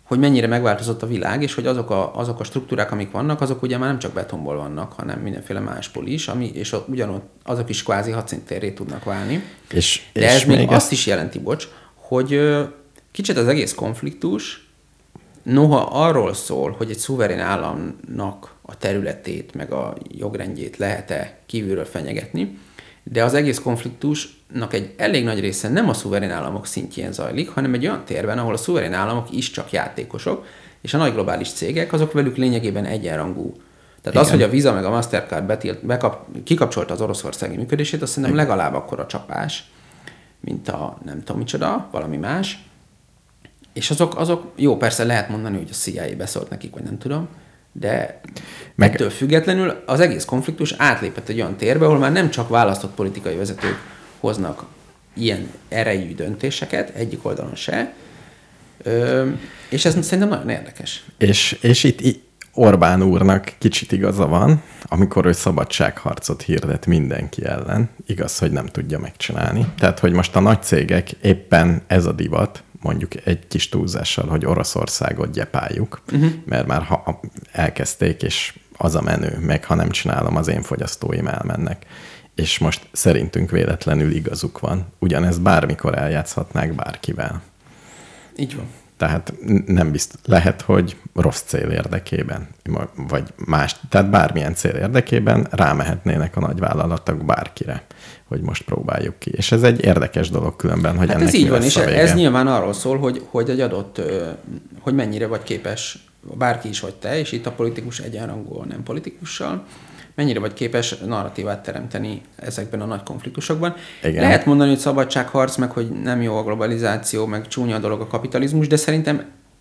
hogy mennyire megváltozott a világ, és hogy azok a, azok a struktúrák, amik vannak, azok ugye már nem csak betonból vannak, hanem mindenféle másból is, ami, és ugyanott azok is kvázi hadszíntérré tudnak válni. És, De és ez még még azt ezt... is jelenti, bocs, hogy ö, kicsit az egész konfliktus, noha arról szól, hogy egy szuverén államnak a területét, meg a jogrendjét lehet-e kívülről fenyegetni, de az egész konfliktusnak egy elég nagy része nem a szuverén államok szintjén zajlik, hanem egy olyan térben, ahol a szuverén államok is csak játékosok, és a nagy globális cégek azok velük lényegében egyenrangú. Tehát igen. Az, hogy a Visa meg a Mastercard betilt, bekap, kikapcsolta az oroszországi működését, azt szerintem igen. legalább akkora csapás, mint a nem tudom micsoda, valami más. És azok, azok, jó, persze lehet mondani, hogy a C I A beszólt nekik, vagy nem tudom, de meg... ettől függetlenül az egész konfliktus átlépett egy olyan térbe, ahol már nem csak választott politikai vezetők hoznak ilyen erejű döntéseket, egyik oldalon se, Ö, és ez szerintem nagyon érdekes. És, és itt Orbán úrnak kicsit igaza van, amikor ő szabadságharcot hirdet mindenki ellen. Igaz, hogy nem tudja megcsinálni. Tehát, hogy most a nagy cégek éppen ez a divat, mondjuk egy kis túlzással, hogy Oroszországot gyepáljuk, uh-huh. mert már ha elkezdték, és az a menő, meg ha nem csinálom, az én fogyasztóim elmennek. És most szerintünk véletlenül igazuk van. Ugyanezt bármikor eljátszhatnák bárkivel. Így van. Tehát nem biztos, lehet, hogy rossz cél érdekében, vagy más, tehát bármilyen cél érdekében rámehetnének a nagyvállalatok bárkire, hogy most próbáljuk ki. És ez egy érdekes dolog különben, hogy hát ennek ez így van, és vége. Ez nyilván arról szól, hogy, hogy egy adott, hogy mennyire vagy képes, bárki is vagy te, és itt a politikus egyenrangú, nem politikussal, mennyire vagy képes narratívát teremteni ezekben a nagy konfliktusokban. Igen. Lehet mondani, hogy szabadságharc, meg hogy nem jó a globalizáció, meg csúnya a dolog a kapitalizmus, de szerintem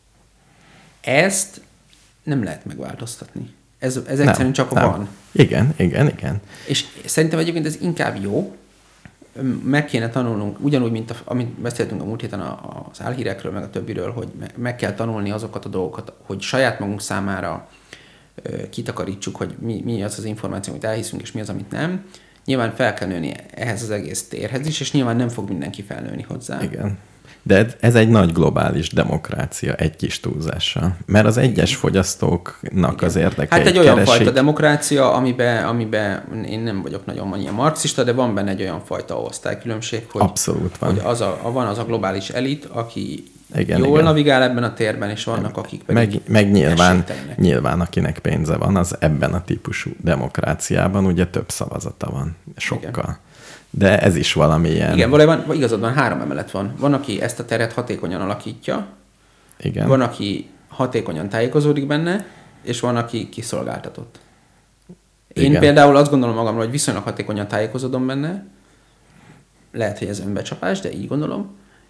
ezt nem lehet megváltoztatni. Ez, ez egyszerűen csak nem. van. Igen, igen, igen. És szerintem egyébként ez inkább jó. Meg kéne tanulnunk, ugyanúgy, mint a, amit beszéltünk a múlt héten az álhírekről, meg a többiről, hogy meg kell tanulni azokat a dolgokat, hogy saját magunk számára kitakarítsuk, hogy mi, mi az az információ, amit elhiszünk, és mi az, amit nem. Nyilván fel kell nőni ehhez az egész térhez is, és nyilván nem fog mindenki felnőni hozzá. Igen. De ez egy nagy globális demokrácia, egy kis túlzással. Mert az egyes Igen. fogyasztóknak Igen. az érdekeit Hát egy olyan keresik. fajta demokrácia, amiben, amiben én nem vagyok nagyon ilyen marxista, de van benne egy olyan fajta osztálykülönbség, hogy, Abszolút van. hogy az a, van az a globális elit, aki igen, jól igen. navigál ebben a térben, és vannak, akik pedig Meg, meg nyilván, nyilván, akinek pénze van, az ebben a típusú demokráciában ugye több szavazata van, sokkal. Igen. De ez is valamilyen... Igen, valójában igazad van, három emelet van. Van, aki ezt a teret hatékonyan alakítja, Igen. van, aki hatékonyan tájékozódik benne, és van, aki kiszolgáltatott. Én Igen. például azt gondolom magamról, hogy viszonylag hatékonyan tájékozódom benne, lehet, hogy ez önbecsapás, de így gondolom,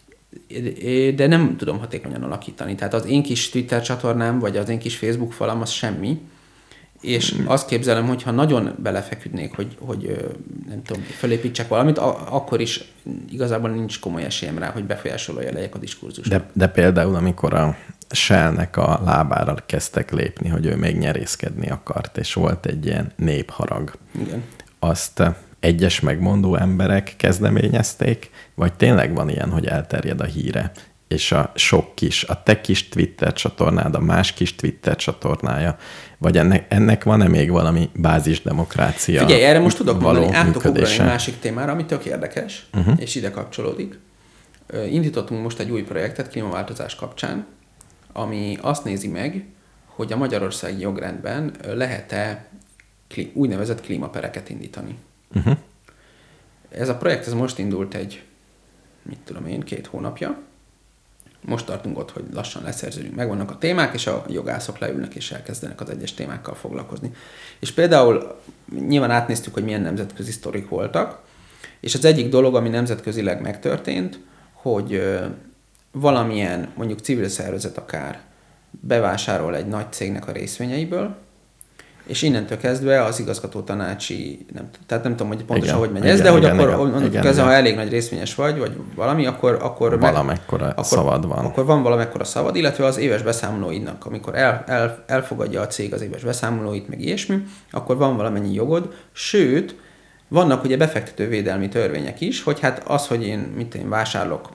de nem tudom hatékonyan alakítani. Tehát az én kis Twitter csatornám, vagy az én kis Facebook falam, az semmi. És hmm. azt képzelem, hogy ha nagyon belefeküdnék, hogy, hogy nem tudom, felépítsek valamit, akkor is igazából nincs komoly esélyem rá, hogy befolyásolja legyek a diskurzust. De, de például, amikor a Shell-nek a lábára kezdtek lépni, hogy ő még nyerészkedni akart, és volt egy ilyen népharag. Igen. Azt egyes megmondó emberek kezdeményezték, vagy tényleg van ilyen, hogy elterjed a híre, és a sok kis, a te kis Twitter csatornád, a más kis Twitter csatornája, vagy ennek, ennek van-e még valami bázisdemokrácia? Figyelj, erre most tudok mondani, át tudok ugrani egy másik témára, ami tök érdekes, uh-huh. és ide kapcsolódik. Indítottunk most egy új projektet klímaváltozás kapcsán, ami azt nézi meg, hogy a magyarországi jogrendben lehet-e klí- úgynevezett klímapereket indítani. Uh-huh. Ez a projekt ez most indult egy, mit tudom én, két hónapja. Most tartunk ott, hogy lassan leszerződünk. Megvannak a témák, és a jogászok leülnek, és elkezdenek az egyes témákkal foglalkozni. És például nyilván átnéztük, hogy milyen nemzetközi sztorik voltak, és az egyik dolog, ami nemzetközileg megtörtént, hogy valamilyen, mondjuk civil szervezet akár bevásárol egy nagy cégnek a részvényeiből, és innentől kezdve az igazgató tanácsi, nem, tehát nem tudom, hogy pontosan igen, hogy megy igen, ez, de hogy igen, akkor igen, igen, kezdve, igen. ha elég nagy részvényes vagy, vagy valami, akkor... akkor valamekkora meg, szavad akkor, van. Akkor van valamekkora szavad, illetve az éves beszámolóidnak, amikor el, el, elfogadja a cég az éves beszámolóit, meg ilyesmi, akkor van valamennyi jogod, sőt, vannak ugye befektetővédelmi törvények is, hogy hát az, hogy én, mit én vásárolok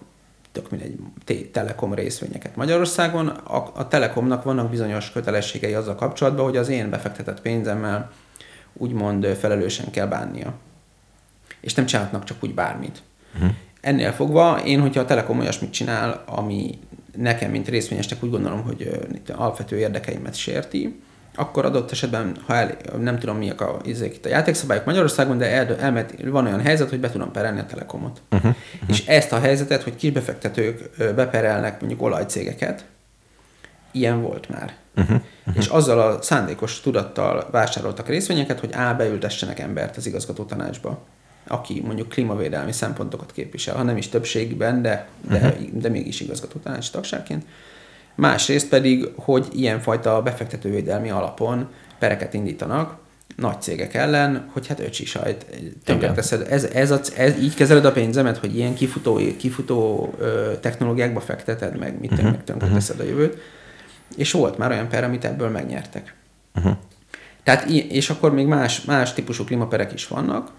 tök mindegy, Telekom részvényeket Magyarországon. A, a Telekomnak vannak bizonyos kötelességei azzal kapcsolatban, hogy az én befektetett pénzemmel úgymond felelősen kell bánnia. És nem csinálhatnak csak úgy bármit. Uh-huh. Ennél fogva, én, hogyha a Telekom olyasmit csinál, ami nekem, mint részvényesnek úgy gondolom, hogy alapvető érdekeimet sérti, akkor adott esetben, ha el, nem tudom miak a, itt a játékszabályok Magyarországon, de el, elmet, van olyan helyzet, hogy be tudom perelni a Telekomot. Uh-huh. Uh-huh. És ezt a helyzetet, hogy kisbefektetők beperelnek mondjuk olajcégeket, ilyen volt már. Uh-huh. Uh-huh. És azzal a szándékos tudattal vásároltak részvényeket, hogy á, beültessenek embert az igazgató tanácsba, aki mondjuk klímavédelmi szempontokat képvisel, ha nem is többségben, de, de, uh-huh. de mégis igazgató tanács tagságként. Másrészt pedig, hogy ilyenfajta befektetővédelmi alapon pereket indítanak nagy cégek ellen, hogy hát öcsi sajt, tönkreteszed. Ez, ez, a, ez, így kezeled a pénzemet, hogy ilyen kifutó, kifutó ö, technológiákba fekteted, meg mit uh-huh. meg tönkreteszed a jövőt. És volt már olyan per, amit ebből megnyertek. Uh-huh. Tehát, és akkor még más, más típusú klímaperek is vannak,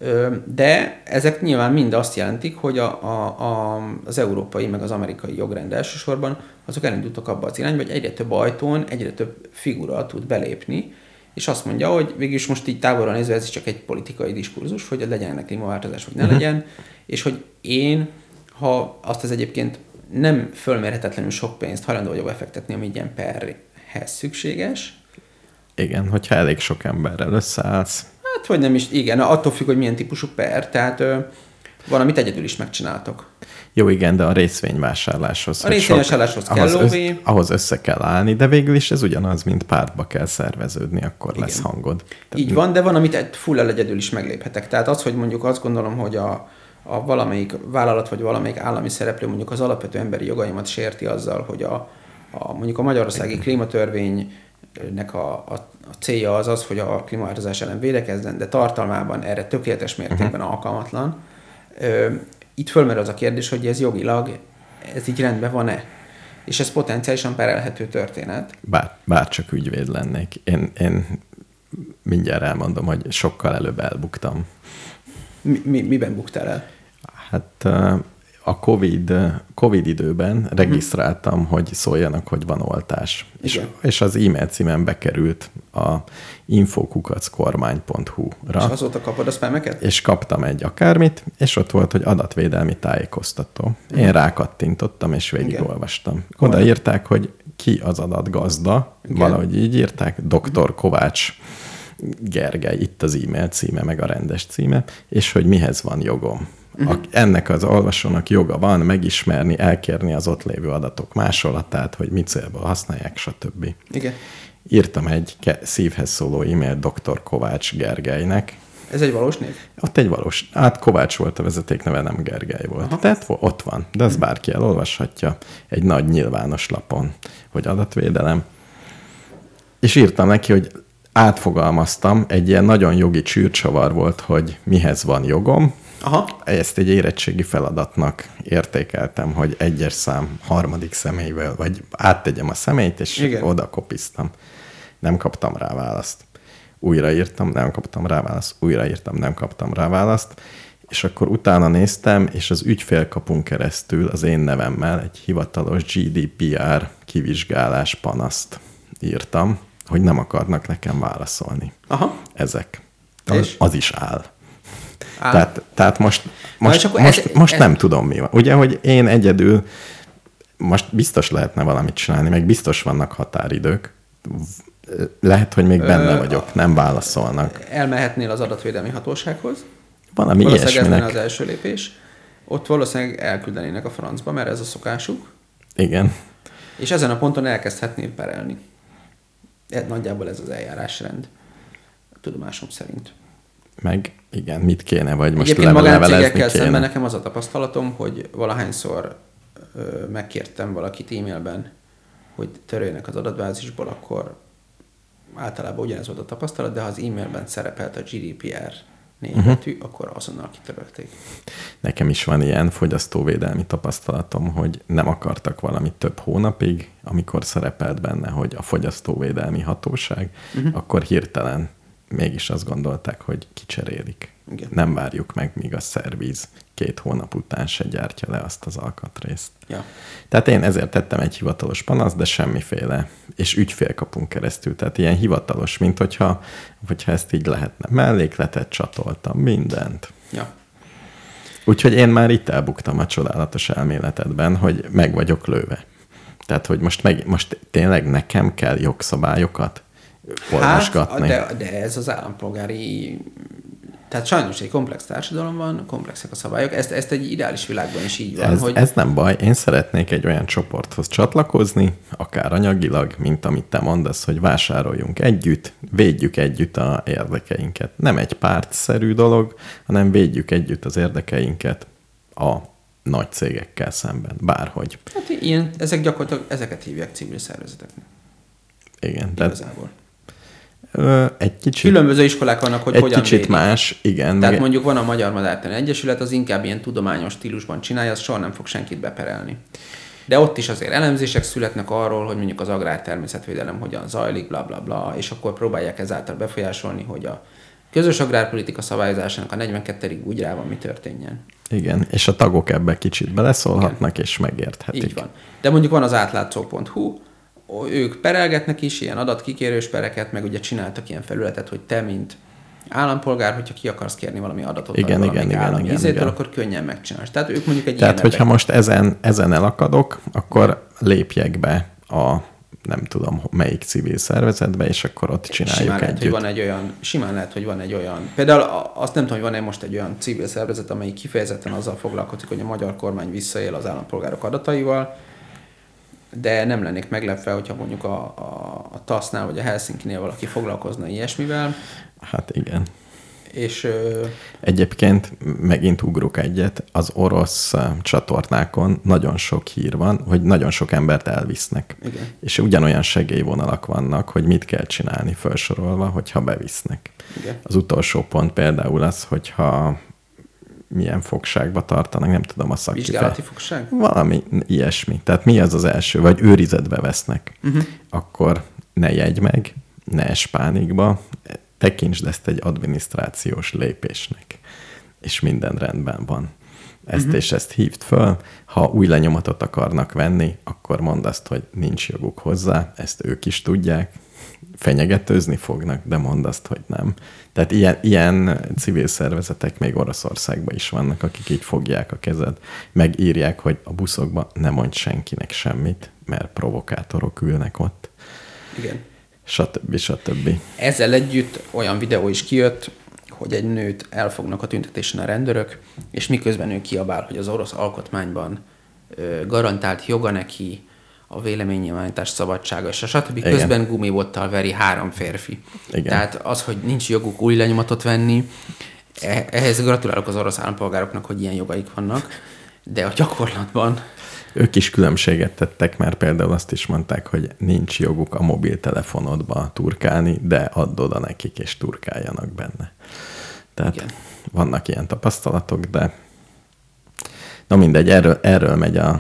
de ezek nyilván mind azt jelentik, hogy a, a, a, az európai meg az amerikai jogrend elsősorban azok elindultak abba az irányba, hogy egyre több ajtón, egyre több figura tud belépni, és azt mondja, hogy végülis most így távolra nézve ez csak egy politikai diskurzus, hogy legyen ennek klímaváltozás, vagy ne uh-huh. legyen, és hogy én, ha azt az egyébként nem fölmérhetetlenül sok pénzt hajlandó vagyok befektetni, ami ilyen perhez szükséges. Igen, hogyha elég sok emberrel összeállsz. Hát, vagy nem is, igen, attól függ, hogy milyen típusú per, tehát ö, valamit egyedül is megcsináltok. Jó, igen, de a részvényvásárláshoz. A részvényvásárláshoz kell ahhoz, lóvé. Össz, ahhoz össze kell állni, de végül is ez ugyanaz, mint pártba kell szerveződni, akkor igen. lesz hangod. Tehát így van, de van, amit full-el egyedül is megléphetek. Tehát az, hogy mondjuk azt gondolom, hogy a, a valamelyik vállalat, vagy valamelyik állami szereplő mondjuk az alapvető emberi jogaimat sérti azzal, hogy a, a mondjuk a magyarországi klímatörvény nek a, a, a célja az az, hogy a klímaváltozás ellen védekezzen, de tartalmában erre tökéletes mértékben uh-huh. alkalmatlan. Ö, itt fölmerül az a kérdés, hogy ez jogilag, ez így rendben van-e? És ez potenciálisan perelhető történet. Bár, bár csak ügyvéd lennék. Én, én mindjárt elmondom, hogy sokkal előbb elbuktam. Mi, mi, miben buktál el? Hát a COVID, COVID időben regisztráltam, uh-huh. hogy szóljanak, hogy van oltás. És, és az e-mail címen bekerült a info kukac kormány pont hu-ra. És azóta kapod a spameket? És kaptam egy akármit, és ott volt, hogy adatvédelmi tájékoztató. Uh-huh. Én rákattintottam, és végigolvastam. Oda írták, hogy ki az adatgazda, igen. valahogy így írták, doktor Kovács Gergely, itt az e-mail címe, meg a rendes címe, és hogy mihez van jogom. Uh-huh. A, ennek az olvasónak joga van megismerni, elkérni az ott lévő adatok másolatát, hogy mit célból használják, stb. Igen. Írtam egy ke- szívhez szóló e-mail doktor Kovács Gergelynek. Ez egy valós név? Ott egy valós. Hát Kovács volt a vezetékneve, nem Gergely volt. Aha. Tehát ott van, de az bárki elolvashatja egy nagy nyilvános lapon, hogy adatvédelem. És írtam neki, hogy átfogalmaztam, egy ilyen nagyon jogi csűrcsavar volt, hogy mihez van jogom. Aha. Ezt egy érettségi feladatnak értékeltem, hogy egyes szám harmadik személyvel, vagy áttegyem a személyt, és igen. oda kopiztam. Nem kaptam rá választ. Újraírtam, nem kaptam rá választ. Újraírtam, nem kaptam rá választ. És akkor utána néztem, és az ügyfélkapun keresztül az én nevemmel egy hivatalos gé dé pé er kivizsgálás panaszt írtam, hogy nem akarnak nekem válaszolni. Aha. Ezek. Az, az is áll. áll. Tehát, tehát most, most, most, ez, most ez... nem tudom, mi van. Ugye, hogy én egyedül most biztos lehetne valamit csinálni, meg biztos vannak határidők. Lehet, hogy még benne vagyok, nem válaszolnak. Elmehetnél az adatvédelmi hatósághoz. Valami ilyesminek. Ez az első lépés. Ott valószínűleg elküldenének a francba, mert ez a szokásuk. Igen. És ezen a ponton elkezdhetnél perelni. Nagyjából ez az eljárásrend. A tudomásom szerint. Meg igen, mit kéne, vagy most egyébként levelezni kéne. Szemben nekem az a tapasztalatom, hogy valahányszor ö, megkértem valakit e-mailben, hogy töröljenek az adatbázisból, akkor általában ugyanez volt a tapasztalat, de ha az e-mailben szerepelt a gé dé pé er négyzetű, uh-huh. akkor azonnal kitörölték. Nekem is van ilyen fogyasztóvédelmi tapasztalatom, hogy nem akartak valamit több hónapig, amikor szerepelt benne, hogy a fogyasztóvédelmi hatóság, uh-huh. akkor hirtelen mégis azt gondolták, hogy kicserélik. Igen. Nem várjuk meg, míg a szerviz két hónap után se gyártja le azt az alkatrészt. Ja. Tehát én ezért tettem egy hivatalos panaszt, de semmiféle, és ügyfélkapunk keresztül, tehát ilyen hivatalos, mint hogyha, hogyha ezt így lehetne. Mellékletet csatoltam, mindent. Ja. Úgyhogy én már itt elbuktam a csodálatos elméletedben, hogy meg vagyok lőve. Tehát, hogy most, meg, most tényleg nekem kell jogszabályokat olvasgatni. Hát, de, de ez az állampolgári... Tehát sajnos egy komplex társadalom van, komplexek a szabályok. Ezt, ezt egy ideális világban is így van. Ez, hogy... ez nem baj. Én szeretnék egy olyan csoporthoz csatlakozni, akár anyagilag, mint amit te mondasz, hogy vásároljunk együtt, védjük együtt a érdekeinket. Nem egy pártszerű dolog, hanem védjük együtt az érdekeinket a nagy cégekkel szemben. Bárhogy. Hát ilyen, ezek gyakorlatilag, ezeket hívják civil szervezeteknek. Igen. Igazából. Ö, egy kicsit... Különböző iskolák vannak, hogy egy hogyan kicsit védik. más, igen. Tehát meg... mondjuk van a Magyar Madártani Egyesület, az inkább ilyen tudományos stílusban csinálja, az soha nem fog senkit beperelni. De ott is azért elemzések születnek arról, hogy mondjuk az agrártermészetvédelem hogyan zajlik, bla bla bla, és akkor próbálják ezáltal befolyásolni, hogy a közös agrárpolitika szabályozásának a negyvenkettedik bugyrában mi történjen. Igen, és a tagok ebbe kicsit beleszólhatnak, igen. És megérthetik. Így van. De mondjuk van az átlátszó pont hu, ők perelgetnek is ilyen adatkikérős pereket, meg ugye csináltak ilyen felületet, hogy te, mint állampolgár, hogyha ki akarsz kérni valami adatot, igen, igen, igen, állami igen, ízétől, igen. akkor könnyen megcsinálsz. Tehát ők mondjuk egy Tehát, ilyen hogyha ebben... most ezen, ezen elakadok, akkor lépjek be a nem tudom melyik civil szervezetbe, és akkor ott csináljuk simán együtt. Lehet, hogy van egy olyan, simán lehet, hogy van egy olyan, például azt nem tudom, hogy van-e most egy olyan civil szervezet, amelyik kifejezetten azzal foglalkozik, hogy a magyar kormány visszaél az állampolgárok adataival, de nem lennék meglepve, hogyha mondjuk a, a, a tasznál vagy a Helsinkinél valaki foglalkozna ilyesmivel. Hát igen. És, ö... Egyébként megint ugrok egyet, az orosz csatornákon nagyon sok hír van, hogy nagyon sok embert elvisznek. Igen. És ugyanolyan segélyvonalak vannak, hogy mit kell csinálni felsorolva, hogyha bevisznek. Igen. Az utolsó pont például az, hogyha milyen fogságba tartanak, nem tudom a szakkifejezést. Vizsgálati fogság? Valami ilyesmi. Tehát mi az az első? Vagy őrizetbe vesznek. Uh-huh. Akkor ne jegy meg, ne es pánikba, tekintsd ezt egy adminisztrációs lépésnek, és minden rendben van. Ezt uh-huh. és ezt hívd föl. Ha új lenyomatot akarnak venni, akkor mondd azt, hogy nincs joguk hozzá, ezt ők is tudják, fenyegetőzni fognak, de mondd azt, hogy nem. Tehát ilyen, ilyen civil szervezetek még Oroszországban is vannak, akik így fogják a kezed, megírják, hogy a buszokban ne mondj senkinek semmit, mert provokátorok ülnek ott. Igen. Stb. Stb. Ezzel együtt olyan videó is kijött, hogy egy nőt elfognak a tüntetésen a rendőrök, és miközben ő kiabál, hogy az orosz alkotmányban ö, garantált joga neki a véleménynyilvánítás szabadsága, és a stb. Igen. Közben gumibottal veri három férfi. Igen. Tehát az, hogy nincs joguk új lenyomatot venni, ehhez gratulálok az orosz állampolgároknak, hogy ilyen jogaik vannak, de a gyakorlatban... Ők is különbséget tettek, mert például azt is mondták, hogy nincs joguk a mobiltelefonodba turkálni, de add oda nekik, és turkáljanak benne. Tehát igen. Vannak ilyen tapasztalatok, de na mindegy, erről, erről megy a,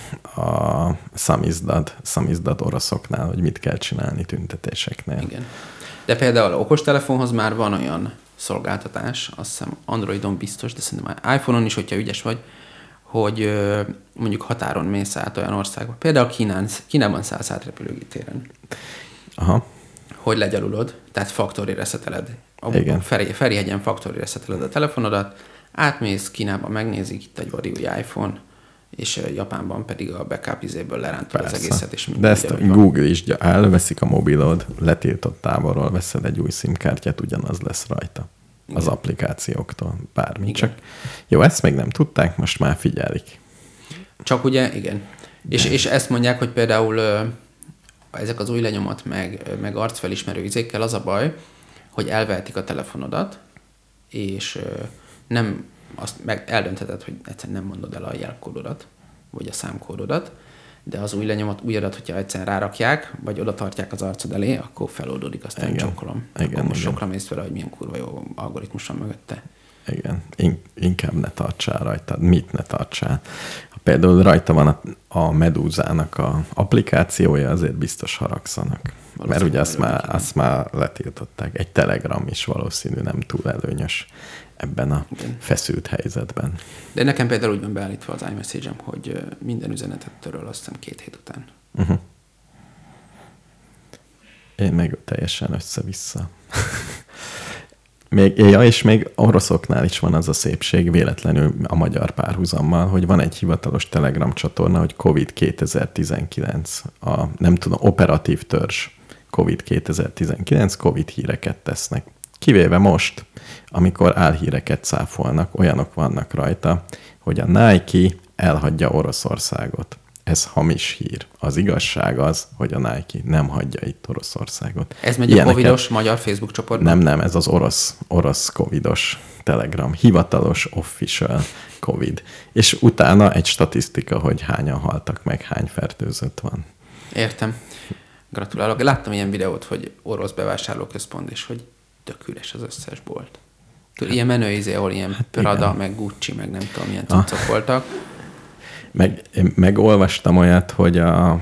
a szamizdad, szamizdad oroszoknál, hogy mit kell csinálni tüntetéseknél. Igen. De például okostelefonhoz már van olyan szolgáltatás, azt hiszem Androidon biztos, de szerintem már iPhone-on is, hogyha ügyes vagy, hogy mondjuk határon mész át olyan országba. Például Kínán, Kínában szállsz át repülőtéren. Aha. Hogy legyalulod, tehát factory reseteled. Igen. Feri, Ferihegyen factory reseteled a telefonodat, átmész, Kínában megnézik, itt egy vadi új iPhone, és Japánban pedig a backup izéből lerántod az egészet. És de ezt a Google is elveszik a mobilod, letiltott távolról veszed egy új SIM-kártyát, ugyanaz lesz rajta. Igen. Az applikációktól, bármi. Igen. Csak jó, ezt még nem tudták, most már figyelik. Csak ugye, igen. És, és ezt mondják, hogy például ezek az új lenyomat, meg, meg arcfelismerő izékkel az a baj, hogy elvehetik a telefonodat, és nem azt meg eldöntheted, hogy egyszerűen nem mondod el a jelkódodat, vagy a számkódodat, de az új lenyomat, új adat, hogyha egyszerűen rárakják, vagy oda tartják az arcod elé, akkor feloldódik, aztán igen. Csokkolom. Igen, akkor most igen. sokra mész vele, hogy milyen kurva jó algoritmus van mögötte. Igen, In- inkább ne tartsál rajta. Mit ne tartsál? Ha például rajta van a, a Medúzának a applikációja, azért biztos haragszanak. Mert ugye azt már, azt már letiltották. Egy Telegram is valószínű nem túl előnyös ebben a igen. feszült helyzetben. De nekem például úgy van beállítva az iMessage-em, hogy minden üzenetet töröl, azt hiszem két hét után. Uh-huh. Én meg teljesen össze-vissza. Még, ja, és még oroszoknál is van az a szépség, véletlenül a magyar párhuzammal, hogy van egy hivatalos Telegram csatorna, hogy Covid kétezer-tizenkilenc, a nem tudom, operatív törzs Covid kétezer-tizenkilenc, Covid híreket tesznek. Kivéve most, amikor álhíreket cáfolnak, olyanok vannak rajta, hogy a Nike elhagyja Oroszországot. Ez hamis hír. Az igazság az, hogy a Nike nem hagyja itt Oroszországot. Ez megy Ilyeneket... a covidos magyar Facebook csoportban? Nem, nem, ez az orosz, orosz covidos Telegram. Hivatalos, official Covid. És utána egy statisztika, hogy hányan haltak meg, hány fertőzött van. Értem. Gratulálok. Láttam ilyen videót, hogy orosz bevásárlóközpont, és hogy tök üres az összes bolt. Hát, ilyen menőizé, ahol ilyen hát Prada, igen. meg Gucci, meg nem tudom, milyen cuccok ah. voltak. Meg, én megolvastam olyat, hogy a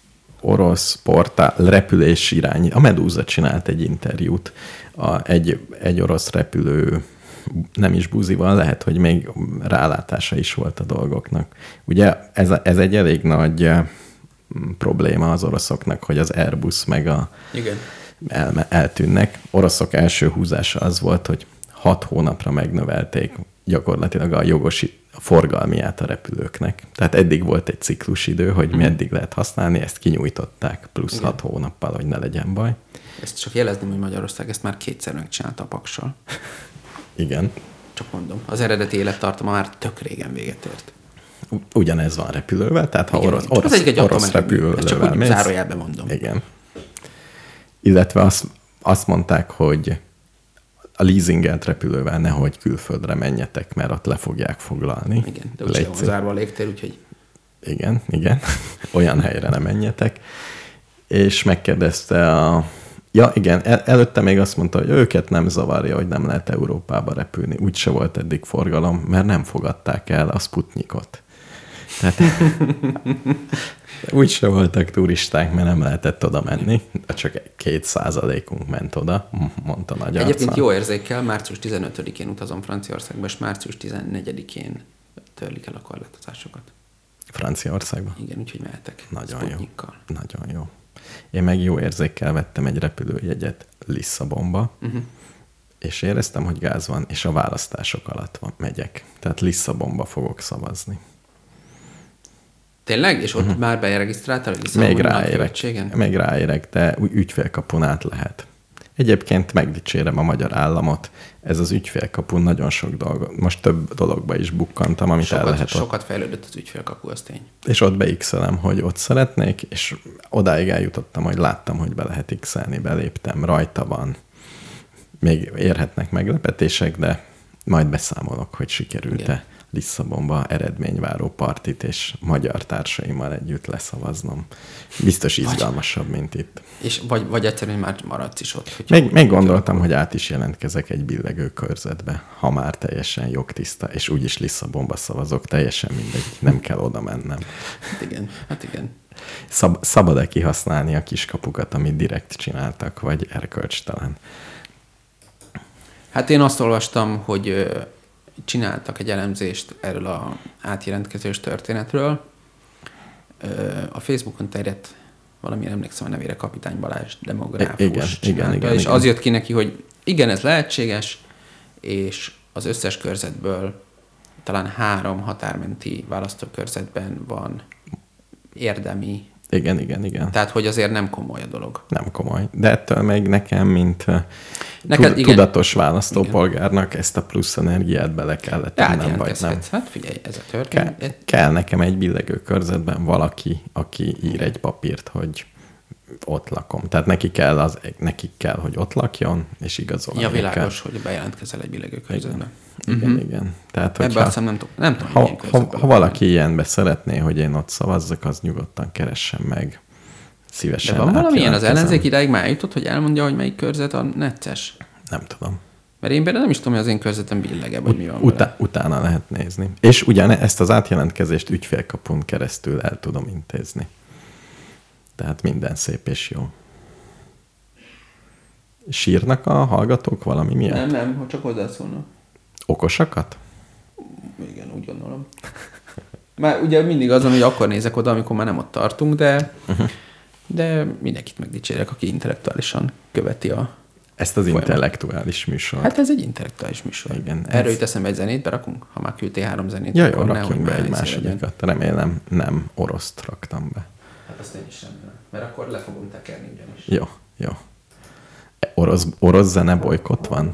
orosz portál repülés irány, a Medúza csinált egy interjút, a, egy, egy orosz repülő, nem is buzival, lehet, hogy még rálátása is volt a dolgoknak. Ugye ez, ez egy elég nagy probléma az oroszoknak, hogy az Airbus meg a igen. El, eltűnnek. Oroszok első húzása az volt, hogy hat hónapra megnövelték gyakorlatilag a jogosi a forgalmiát a repülőknek. Tehát eddig volt egy ciklusidő, hogy mm. meddig lehet használni, ezt kinyújtották plusz igen. hat hónappal, hogy ne legyen baj. Ezt csak jelezném, hogy Magyarország ezt már kétszer megcsinálta a Paksal. Igen. Csak mondom, az eredeti élettartama már tök régen véget ért. Ugyanez van repülővel, tehát ha igen, orosz, orosz, egy orosz repülővel csak úgy mész, zárójelben mondom. Igen. Illetve azt, azt mondták, hogy a leasingelt repülővel nehogy külföldre menjetek, mert ott le fogják foglalni. Igen, de úgy van zárva a légtér, úgyhogy... Igen, igen. Olyan helyre ne menjetek. És megkérdezte a... Ja, igen, el, előtte még azt mondta, hogy őket nem zavarja, hogy nem lehet Európába repülni. Úgyse volt eddig forgalom, mert nem fogadták el a Sputnikot. Tehát úgyse voltak turisták, mert nem lehetett oda menni. Csak két százalékunk ment oda, mondta nagy arccal. Egyébként jó érzékkel, március tizenötödikén utazom Franciaországba, és március tizennegyedikén törlik el a korlátozásokat. Franciaországba? Igen, úgyhogy mehetek. Nagyon jó. Nagyon jó. Én meg jó érzékkel vettem egy repülőjegyet Lisszabonba, uh-huh. és éreztem, hogy gáz van, és a választások alatt van, megyek. Tehát Lisszabonba fogok szavazni. Tényleg? És ott uh-huh. már beregisztráltál, hogy Lisszabonban még ráérek, még ráérek, de ügyfélkapun át lehet. Egyébként megdicsérem a magyar államot, ez az ügyfélkapun nagyon sok dolog, most több dologba is bukkantam, amit sokat, el lehet Sokat ott. fejlődött az ügyfélkapu, az tény. És ott beixelem, hogy ott szeretnék, és odáig eljutottam, hogy láttam, hogy be lehet x-elni, beléptem, rajta van. Még érhetnek meglepetések, de majd beszámolok, hogy sikerült-e igen. Lisszabonba eredményváró partit, és magyar társaimmal együtt leszavaznom. Biztos izgalmasabb, vagy, mint itt. És vagy, vagy egyszerűen már maradsz is ott. Még, még gondoltam, hogy át is jelentkezek egy billegő körzetbe, ha már teljesen jogtiszta, és úgyis Lisszabonba szavazok, teljesen mindegy, nem kell oda mennem. Hát igen, hát igen. Szab, szabad-e kihasználni a kiskapukat, amit direkt csináltak, vagy erkölcstelen? Hát én azt olvastam, hogy csináltak egy elemzést erről az átjelentkezős történetről. A Facebookon terjedt, valamire emlékszem a nevére, Kapitány Balázs demográfus igen, csinálta, igen, igen, és igen. az jött ki neki, hogy igen, ez lehetséges, és az összes körzetből talán három határmenti választókörzetben van érdemi. Igen, igen, igen. Tehát, hogy azért nem komoly a dolog. Nem komoly. De ettől még nekem, mint Neked, tud, tudatos választópolgárnak igen. ezt a plusz energiát bele kellett tennem, vagy nem. Hát figyelj, ez a történet. Kell, kell nekem egy billegő körzetben valaki, aki ír egy papírt, hogy ott lakom. Tehát neki kell, az, neki kell, hogy ott lakjon, és igazolni ja, világos, kell. Hogy bejelentkezel egy billegő körzetben. Igen, uh-huh. igen, igen. Tehát, ebben azt nem, nem tudom, ha, ha, ha valaki ilyenbe szeretné, hogy én ott szavazzak, az nyugodtan keressen meg. Szívesen. De van valamilyen az ellenzék idáig már jutott, hogy elmondja, hogy melyik körzet a necces? Nem tudom. Mert én például nem is tudom, hogy az én körzetem billegebb, vagy mi van Ut- vele. Utána lehet nézni. És ugyan ezt az átjelentkezést ügyfélkapun keresztül el tudom intézni. Tehát minden szép és jó. Sírnak a hallgatók valami miatt? Nem, nem, ha csak hozzászólnak. Okosakat? Igen, úgy gondolom. Már ugye mindig azon, hogy akkor nézek oda, amikor már nem ott tartunk, de, uh-huh. de mindenkit megdicsérek, aki intellektuálisan követi a ezt az folyamat. Intellektuális műsor. Hát ez egy intellektuális műsor. Igen. Erről ez... jut eszembe egy zenét, berakunk, ha már küldtél három zenét. Ja, jó, rakjunk be egy másodikat. Remélem nem oroszt raktam be. Hát azt én is remélem, mert akkor le fogom tekerni ugyanis. Jó, jó. Orosz, orosz zene bolykott van?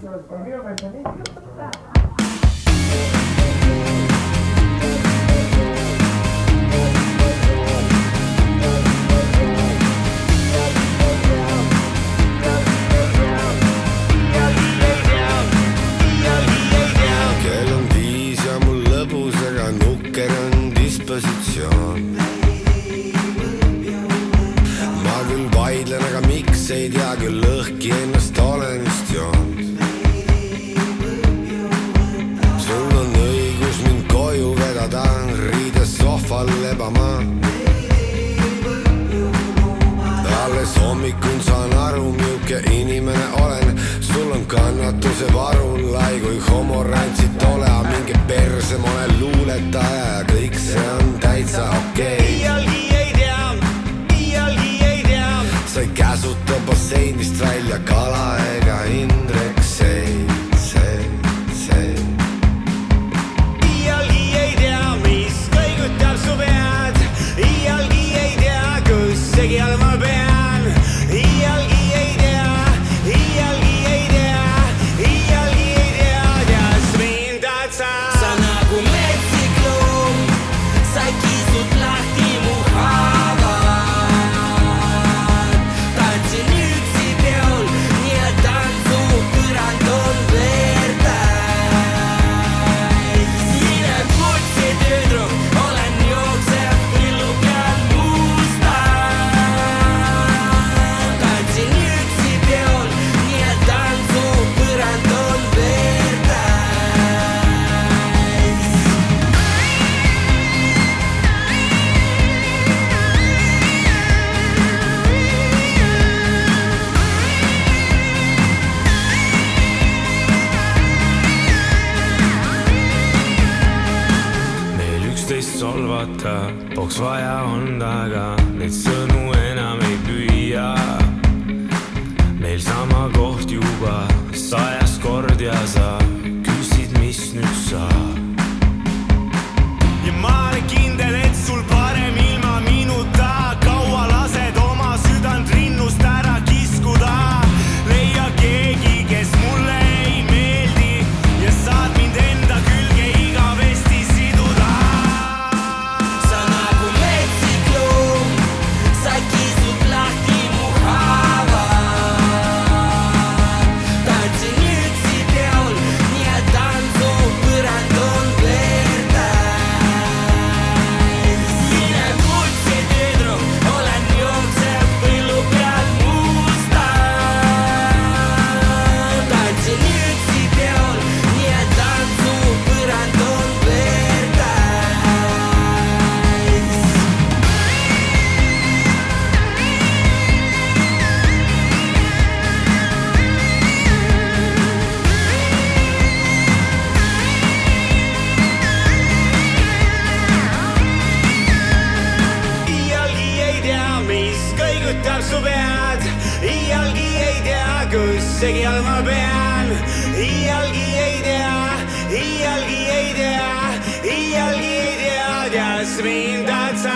Ma küll vaidlen, aga miks ei tea, küll lõhki ennast olen vist joonud. Sul on õigus mind koju vedada, riides sohval lebama. Alles hommikul saan aru, milke inimene olen. Sul on kannatuse varu, lai kui homorantsid tole, a minge perse, ma olen luuletaja ja kõik see on täitsa okei. Iialgi ei tea, iialgi ei tea. Sa ei käsuta basseinist välja kala ega Indrek sei, sei, sei. Iialgi ei tea, mis kõigutab su pead. Iialgi ei tea, kus segi all ma pean. Iialgi ei tea, iialgi ei tea, iialgi ei tea, teas mindad sa. Sa nagu metsik loom, sa kisud lahti mu haavad. Tantsin üksi peol, nii et tantsu põrand on veertäis. Mine putsi tüdruk, olen jooksev pillu peal mustad. Tantsin üksi peol, nii et tantsu põrand on veertäis. Meil üksteist solvata, poks vaja on, aga neid sõnu enam ei püüa. Meil sama koht juba sajas kord ja sa küsid, mis nüüd saab. Ja ma olen kindel, et sul parem ilma minuta. Kaua lased oma südant rinnust ära kiskuda. Leia keegi, kes mulle ei meeldi ja saad mind enda külge igavesti siduda. Sa nagu metsik loom, sa kisud lahti mu haavad. Tantsin üksi peol, nii et tantsu põrand on veertäis. Mine putsi tüdruk, olen jooksev põllu peal mustad. Tantsin üksi peol, nii et tantsu põrand on veertäis. Iialgi ei tea, mis kõigutab su pead. Iialgi ei tea, kus segi all ma pean. Iialgi ei tea, iialgi ei tea, iialgi ei tea, teas mindad sa.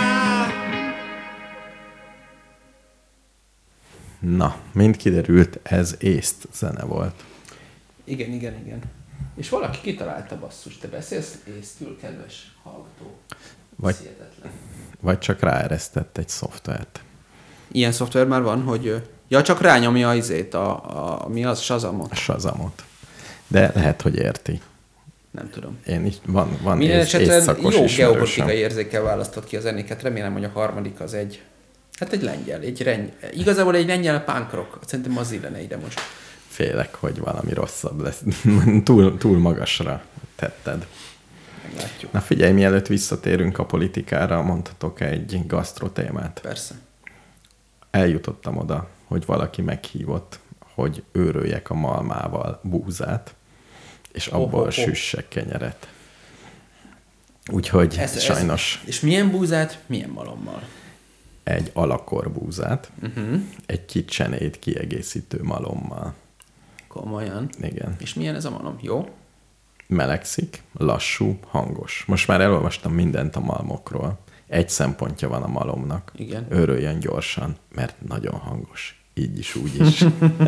Na, mint kiderült, ez észt zene volt. Igen, igen, igen. És valaki kitalálta, basszus, te beszélsz észtül, kedves hallgató. Vagy- Hihetetlen. Vagy csak ráeresztett egy szoftvert. Ilyen szoftver már van, hogy ö, ja, csak rányomja izét, a, a, mi az, Shazamot. A Shazamot. De lehet, hogy érti. Nem tudom. Én is, van, van Minden ész, esetre észszakos jó ismerősöm. geopolitikai érzékkel választott ki a zenéket. Remélem, hogy a harmadik az egy, hát egy lengyel, egy reny... Igazából egy lengyel punk rock. Szerintem az illene ide most. Félek, hogy valami rosszabb lesz. túl, túl magasra tetted. Meglátjuk. Na figyelj, mielőtt visszatérünk a politikára, mondhatok egy gasztrotémát. Persze. Eljutottam oda, hogy valaki meghívott, hogy őröljek a malmával búzát, és abból Oh, oh, oh. süssek kenyeret. Úgyhogy Ez, sajnos ez, és milyen búzát, milyen malommal? egy alakor búzát, Uh-huh. egy kicsenét kiegészítő malommal. Komolyan. Igen. És milyen ez a malom? Jó? Melegszik, lassú, hangos. Most már elolvastam mindent a malmokról. Egy szempontja van a malomnak. Igen. Őröljön gyorsan, mert nagyon hangos. Így is, úgy is.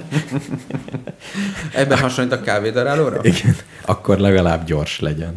Ebben hasonlít a kávédarálóra? Igen. Akkor legalább gyors legyen.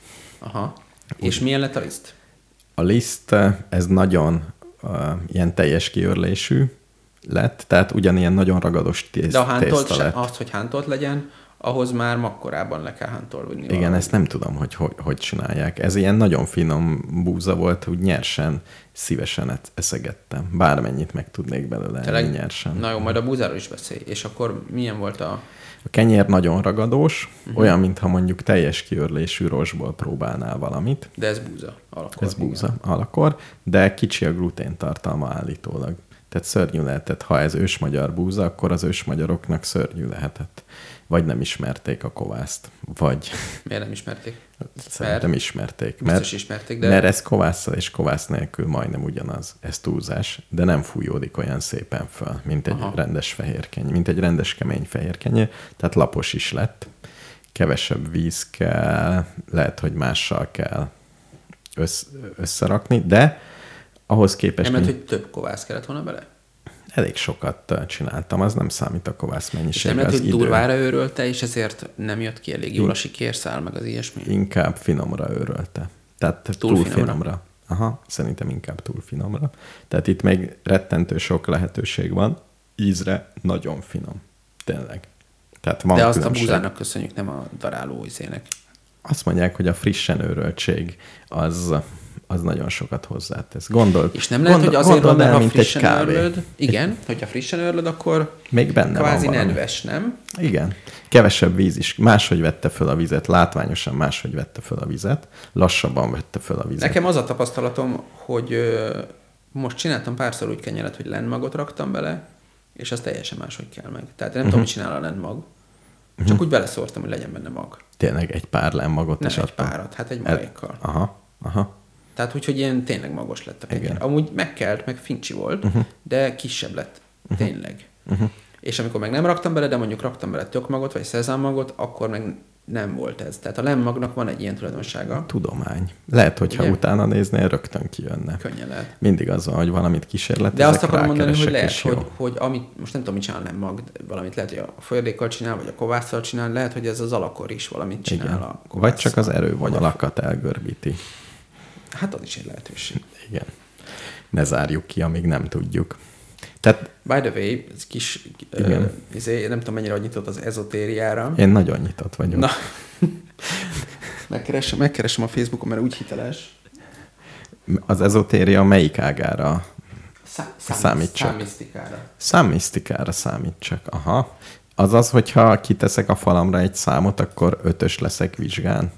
Aha. És milyen lett a liszt? A liszt, ez nagyon uh, ilyen teljes kiörlésű lett, tehát ugyanilyen nagyon ragados tészt, De a hántolt, tészta se, lett. azt, hogy hántolt legyen, ahhoz már makkorában le kell hántolni. Igen, valahogy. Ezt nem tudom, hogy, hogy hogy csinálják. Ez ilyen nagyon finom búza volt, úgy nyersen, szívesen eszegettem. Bármennyit meg tudnék belőle enni nyersen. Na jó, majd a búzáról is beszélj. És akkor milyen volt a... A kenyér nagyon ragadós, uh-huh. olyan, mintha mondjuk teljes kiörlésű rostból próbálnál valamit. De ez búza alakor. Ez búza igen. alakor, de kicsi a glutén tartalma állítólag. Tehát szörnyű lehetett. Ha ez ősmagyar búza, akkor az ősmagyaroknak szörnyű lehetett. Vagy nem ismerték a kovászt, vagy... Miért nem ismerték? Szerintem mert ismerték. Biztos mert, ismerték, de... Mert ez kovásszal és kovász nélkül majdnem ugyanaz. Ez túlzás, de nem fújódik olyan szépen föl, mint egy Aha. rendes fehérkenyér, mint egy rendes kemény fehérkenyér. Tehát lapos is lett. Kevesebb víz kell, lehet, hogy mással kell össz, összerakni, de ahhoz képest... Nem, mint... hogy több kovász kellett volna bele? Elég sokat csináltam, az nem számít a kovász mennyiségre. Nem lehet, hogy idő. durvára őrölte, és ezért nem jött ki elég jól a sikérszál, meg az ilyesmi? Inkább finomra őrölte. Tehát túl, túl finomra. finomra. Aha, szerintem inkább túl finomra. Tehát itt még rettentő sok lehetőség van. Ízre nagyon finom. Tényleg. Tehát van De azt különbség. a búzának köszönjük, nem a daráló izének. Azt mondják, hogy a frissen őröltség az... az nagyon sokat hozzátesz. Gondold, és nem lehet, gondol, hogy azért van, mert ha frissen örlöd, igen, hogyha frissen örlöd, akkor még benne kvázi van nedves, nem? Igen. Kevesebb víz is. Máshogy vette föl a vizet, látványosan máshogy vette föl a vizet, lassabban vette föl a vizet. Nekem az a tapasztalatom, hogy ö, most csináltam párszor úgy kenyeret, hogy lenmagot raktam bele, és az teljesen máshogy kell meg. Tehát én nem uh-huh. tudom, mit csinál a lenmag. Csak uh-huh. úgy beleszórtam, hogy legyen benne mag. Tényleg egy pár lenmagot nem is egy adtam. párat, hát egy marékkal. Aha, aha. Tehát úgyhogy ilyen tényleg magos lett a kenyer. Igen. Amúgy megkelt, meg fincsi volt, uh-huh. de kisebb lett. Uh-huh. Tényleg. Uh-huh. És amikor meg nem raktam bele, de mondjuk raktam bele tökmagot, vagy szezámmagot, akkor meg nem volt ez. Tehát a lemmagnak van egy ilyen tulajdonsága. Tudomány. Lehet, hogyha ugye? Utána néznél, rögtön kijönne. Könnyen lehet. Mindig az van, hogy valamit kísérletezek, de azt akarom mondani, hogy lehet, hogy, hogy, hogy amit, most nem tudom, mit csinál lemmag, valamit lehet, hogy a folyadékkal csinál, vagy a kovásszal csinál, lehet, hogy ez az alakor is valamit csinál. Igen. A kovásszal. Vagy csak az erő, vagy a lakat elgörbíti. Hát az is egy lehetőség. Igen. Ne zárjuk ki, amíg nem tudjuk. Tehát, by the way, ez kis, uh, izé, nem tudom mennyire, hogy nyitott az ezotériára. Én nagyon nyitott vagyok. Na, megkeresem, megkeresem a Facebookon, mert úgy hiteles. Az ezotéria melyik ágára Szá- szám- számít csak? Számisztikára. Számisztikára számít csak. Aha. Azaz, hogyha kiteszek a falamra egy számot, akkor ötös leszek vizsgán.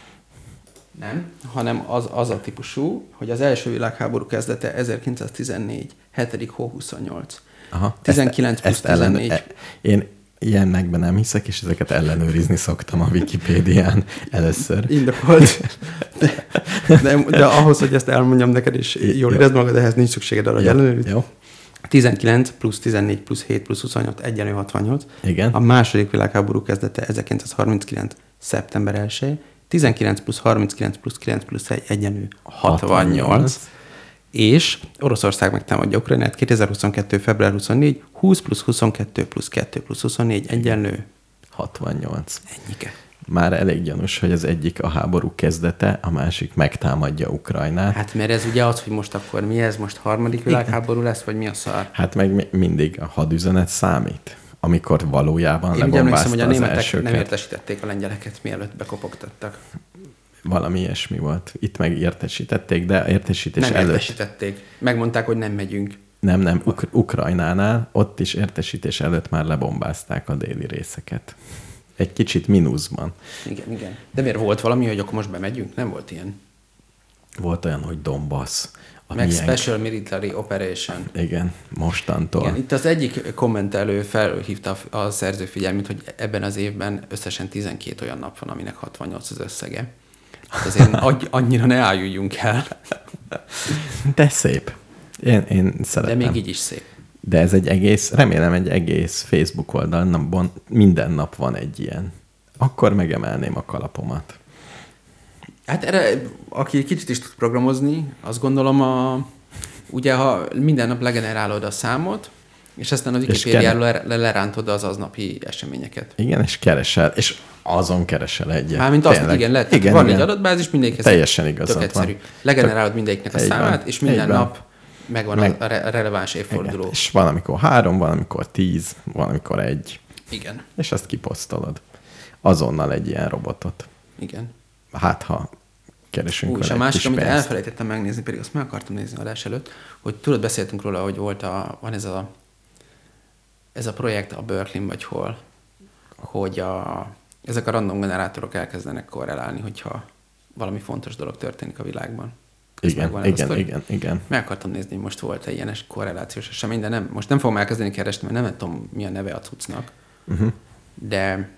Nem, hanem az, az a típusú, hogy az első világháború kezdete ezerkilencszáztizennégy, hetedik hó huszonnyolc. Aha. tizenkilenc plusz tizennégy. Ellen, én ilyenekben nem hiszek, és ezeket ellenőrizni szoktam a Wikipédián először. Indokolt. De, de, de ahhoz, hogy ezt elmondjam neked, és jól érezd magad, ehhez nincs szükséged arra, hogy ellenőrizni. Jó. tizenkilenc plusz tizennégy plusz hét plusz huszonnyolc egyenlő hatvannyolc. Igen. A második világháború kezdete ezerkilencszázharminckilenc. szeptember elsején. tizenkilenc plusz harminckilenc plusz kilenc plusz egy egyenlő hatvannyolc. És Oroszország megtámadja Ukrajnát kétezer-huszonkettő. február huszonnégy, húsz plusz huszonkettő plusz kettő plusz huszonnégy egyenlő hatvannyolc. Ennyike. Már elég gyanús, hogy az egyik a háború kezdete, a másik megtámadja Ukrajnát. Hát mert ez ugye az, hogy most akkor mi ez, most harmadik világháború lesz, vagy mi a szar? Hát meg mindig a hadüzenet számít, amikor valójában Én ugye emlékszem, lebombázta hogy a az németek elsőket. nem értesítették a lengyeleket, mielőtt bekopogtattak. Valami ilyesmi volt. Itt meg értesítették, de értesítés nem előtt... értesítették. Megmondták, hogy nem megyünk. Nem, nem. Uk- Ukrajnánál ott is értesítés előtt már lebombázták a déli részeket. Egy kicsit mínuszban. Igen, igen. De miért volt valami, hogy akkor most bemegyünk? Nem volt ilyen. Volt olyan, hogy Donbass, Meg milyen... Special Military Operation. Igen, mostantól. Igen, itt az egyik kommentelő felhívta a szerző figyelmét, hogy ebben az évben összesen tizenkét olyan nap van, aminek hatvannyolc az összege. Hát azért annyira ne álljunk el. De szép. Én, én szeretem. De még így is szép. De ez egy egész, remélem egy egész Facebook oldalon minden nap van egy ilyen. Akkor megemelném a kalapomat. Hát erre, aki kicsit is tud programozni, azt gondolom, a, ugye ha minden nap legenerálod a számot, és aztán az Wikipédiáról le, lerántod az aznapi eseményeket. Igen, és keresel, és azon keresel egyet. Mármint azt, igen, lehet. Igen, van igen. Egy adatbázis, mindegyikhez teljesen igazad tök egyszerű. Van. Legenerálod mindegyiknek a számát, és minden nap megvan Meg, a re- releváns évforduló. Igen. És valamikor három, valamikor tíz, valamikor egy. Igen. És azt kiposztolod. Azonnal egy ilyen robotot. Igen. Hát, ha keresünk Ú, és a másik, amit pénzt. Elfelejtettem megnézni, pedig azt meg akartam nézni adás előtt, hogy tudod, beszéltünk róla, hogy volt a, van ez a, ez a projekt a Berkeley vagy hol, hogy a, ezek a random generátorok elkezdenek korrelálni, hogyha valami fontos dolog történik a világban. Ez igen, igen, igen, igen. Meg akartam nézni, hogy most volt egy ilyen korrelációs esemény, de nem, most nem fogom elkezdeni keresni, mert nem tudom, mi a neve a cuccnak. Uh-huh. De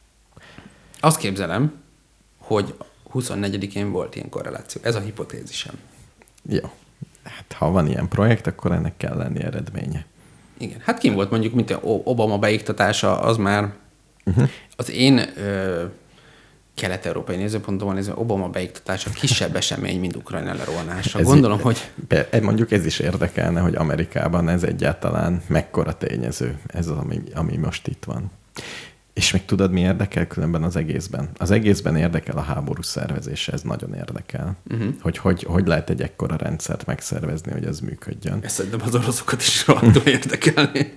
azt képzelem, hogy huszonnegyedikén volt ilyen korreláció. Ez a hipotézisem. Jó. Hát ha van ilyen projekt, akkor ennek kell lenni eredménye. Igen. Hát kim volt mondjuk, mint Obama beiktatása, az már uh-huh. az én ö, kelet-európai nézőpontomban nézve Obama beiktatása kisebb esemény, mint Ukrajna lerohanása. Gondolom, í- hogy... Be, mondjuk ez is érdekelne, hogy Amerikában ez egyáltalán mekkora tényező, ez az, ami, ami most itt van. És meg tudod, mi érdekel különben az egészben? Az egészben érdekel a háború szervezése, ez nagyon érdekel. Uh-huh. Hogy, hogy hogy lehet egy ekkora rendszert megszervezni, hogy ez működjön. Ezt szerintem az oroszokat is rohadtul érdekelni.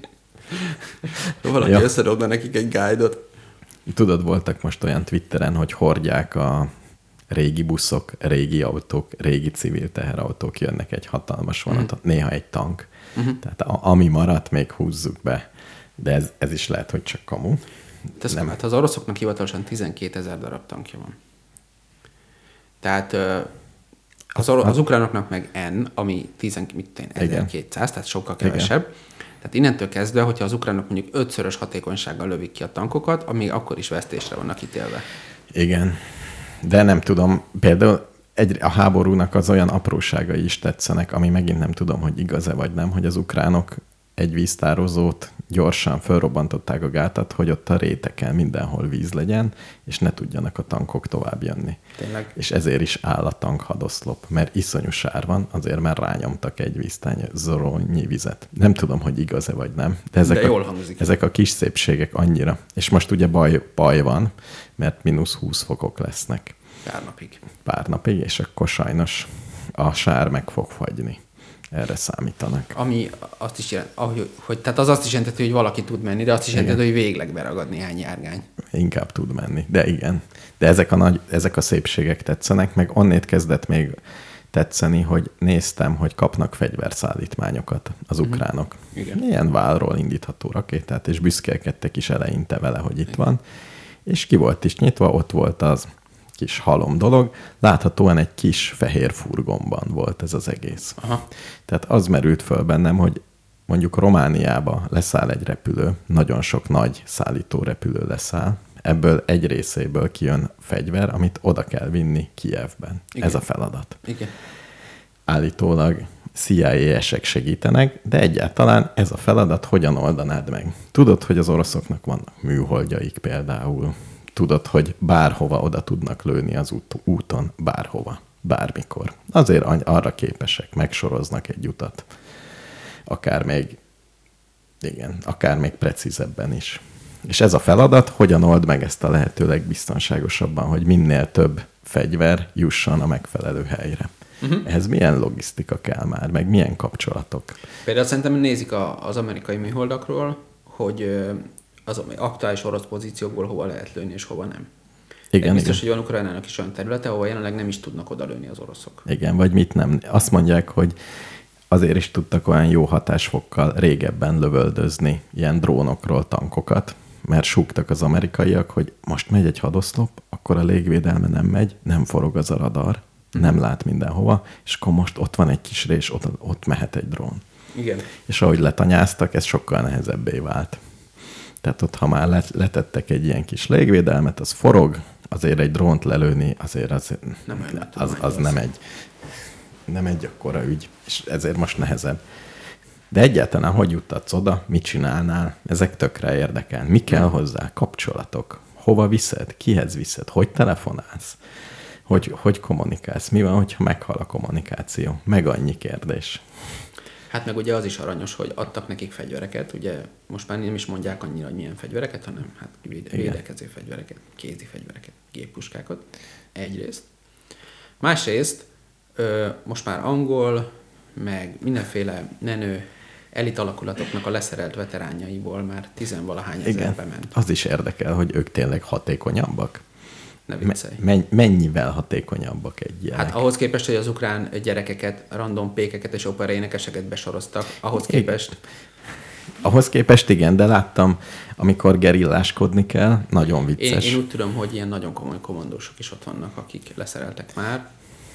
Valaki ja. összedobna nekik egy guide-ot. Tudod, voltak most olyan Twitteren, hogy hordják a régi buszok, régi autók, régi civil teherautók, jönnek egy hatalmas vonaton, uh-huh. néha egy tank. Uh-huh. Tehát a, ami maradt, még húzzuk be. De ez, ez is lehet, hogy csak kamu. Ez nem. Hát az oroszoknak hivatalosan tizenkétezer darab tankja van. Tehát az, or- az ukránoknak meg N, ami ezerkétszáz, tehát sokkal kevesebb. Igen. Tehát innentől kezdve, hogyha az ukránok mondjuk ötszörös hatékonysággal lövik ki a tankokat, amíg akkor is vesztésre vannak ítélve. Igen. De nem tudom, például egy, a háborúnak az olyan apróságai is tetszenek, ami megint nem tudom, hogy igaz-e vagy nem, hogy az ukránok egy víztározót gyorsan felrobbantották a gátat, hogy ott a réteken mindenhol víz legyen, és ne tudjanak a tankok tovább jönni. Tényleg? És ezért is áll a tank hadoszlop, mert iszonyú sár van, azért már rányomtak egy víztányozónyi vizet. Nem tudom, hogy igaz-e vagy nem, de ezek, de jól a, hangzik. ezek a kis szépségek annyira. És most ugye baj, baj van, mert mínusz húsz fokok lesznek. Pár napig. Pár napig, és akkor sajnos a sár meg fog fagyni. Erre számítanak. Ami azt is jelent, ahogy, hogy, tehát az azt is jelenteti, hogy valaki tud menni, de azt is jelenteti, hogy végleg beragad néhány járgány. Inkább tud menni, de igen. De ezek a, nagy, ezek a szépségek tetszenek, meg onnét kezdett még tetszeni, hogy néztem, hogy kapnak fegyverszállítmányokat az uh-huh. ukránok. Igen. Ilyen válról indítható rakétát, és büszkélkedtek is eleinte vele, hogy itt igen. van. És ki volt is nyitva, ott volt az kis halom dolog. Láthatóan egy kis fehér furgonban volt ez az egész. Aha. Tehát az merült föl bennem, hogy mondjuk Romániába leszáll egy repülő, nagyon sok nagy szállító repülő leszáll, ebből egy részéből kijön fegyver, amit oda kell vinni Kijevben. Igen. Ez a feladat. Igen. Állítólag C I A-esek segítenek, de egyáltalán ez a feladat hogyan oldanád meg? Tudod, hogy az oroszoknak vannak műholdjaik például. Tudod, hogy bárhova oda tudnak lőni az út, úton, bárhova, bármikor. Azért arra képesek, megsoroznak egy utat. Akár még, igen, akár még precízebben is. És ez a feladat, hogyan old meg ezt a lehető legbiztonságosabban, hogy minél több fegyver jusson a megfelelő helyre. Uh-huh. Ehhez milyen logisztika kell már, meg milyen kapcsolatok? Például szerintem nézik a, az amerikai műholdakról, hogy az aktuális orosz pozíciókból hova lehet lőni, és hova nem. Igen, biztos, igen. hogy van Ukrajnának is olyan területe, ahol jelenleg nem is tudnak oda lőni az oroszok. Igen, vagy mit nem. Azt mondják, hogy azért is tudtak olyan jó hatásfokkal régebben lövöldözni ilyen drónokról tankokat, mert súgtak az amerikaiak, hogy most megy egy hadoszlop, akkor a légvédelme nem megy, nem forog az a radar, nem lát mindenhova, és akkor most ott van egy kis rés, ott, ott mehet egy drón. Igen. És ahogy letanyáztak, ez sokkal nehezebbé vált. Tehát ott, ha már letettek egy ilyen kis légvédelmet, az forog, azért egy drónt lelőni, azért az nem, az, az nem egy nem egy akkora ügy, és ezért most nehezebb. De egyáltalán hogy juttatsz oda, mit csinálnál, ezek tökre érdekel. Mi kell hozzá? Kapcsolatok. Hova viszed? Kihez viszed? Hogy telefonálsz? Hogy, hogy kommunikálsz? Mi van, hogyha meghal a kommunikáció? Meg annyi kérdés. Hát meg ugye az is aranyos, hogy adtak nekik fegyvereket, ugye most már nem is mondják annyira, hogy milyen fegyvereket, hanem hát véde- védekező fegyvereket, kézi fegyvereket, géppuskákat egyrészt. Másrészt ö, most már angol, meg mindenféle nenő elit alakulatoknak a leszerelt veteránjaiból már tizenvalahány ezer bement. Az is érdekel, hogy ők tényleg hatékonyabbak. Ne viccelj. Me- mennyivel hatékonyabbak egy gyerek? Hát ahhoz képest, hogy az ukrán gyerekeket, random pékeket és operaénekeseket besoroztak, ahhoz képest... Ahhoz képest igen, de láttam, amikor gerilláskodni kell, nagyon vicces. Én, én úgy tudom, hogy ilyen nagyon komoly komandósok is ott vannak, akik leszereltek már.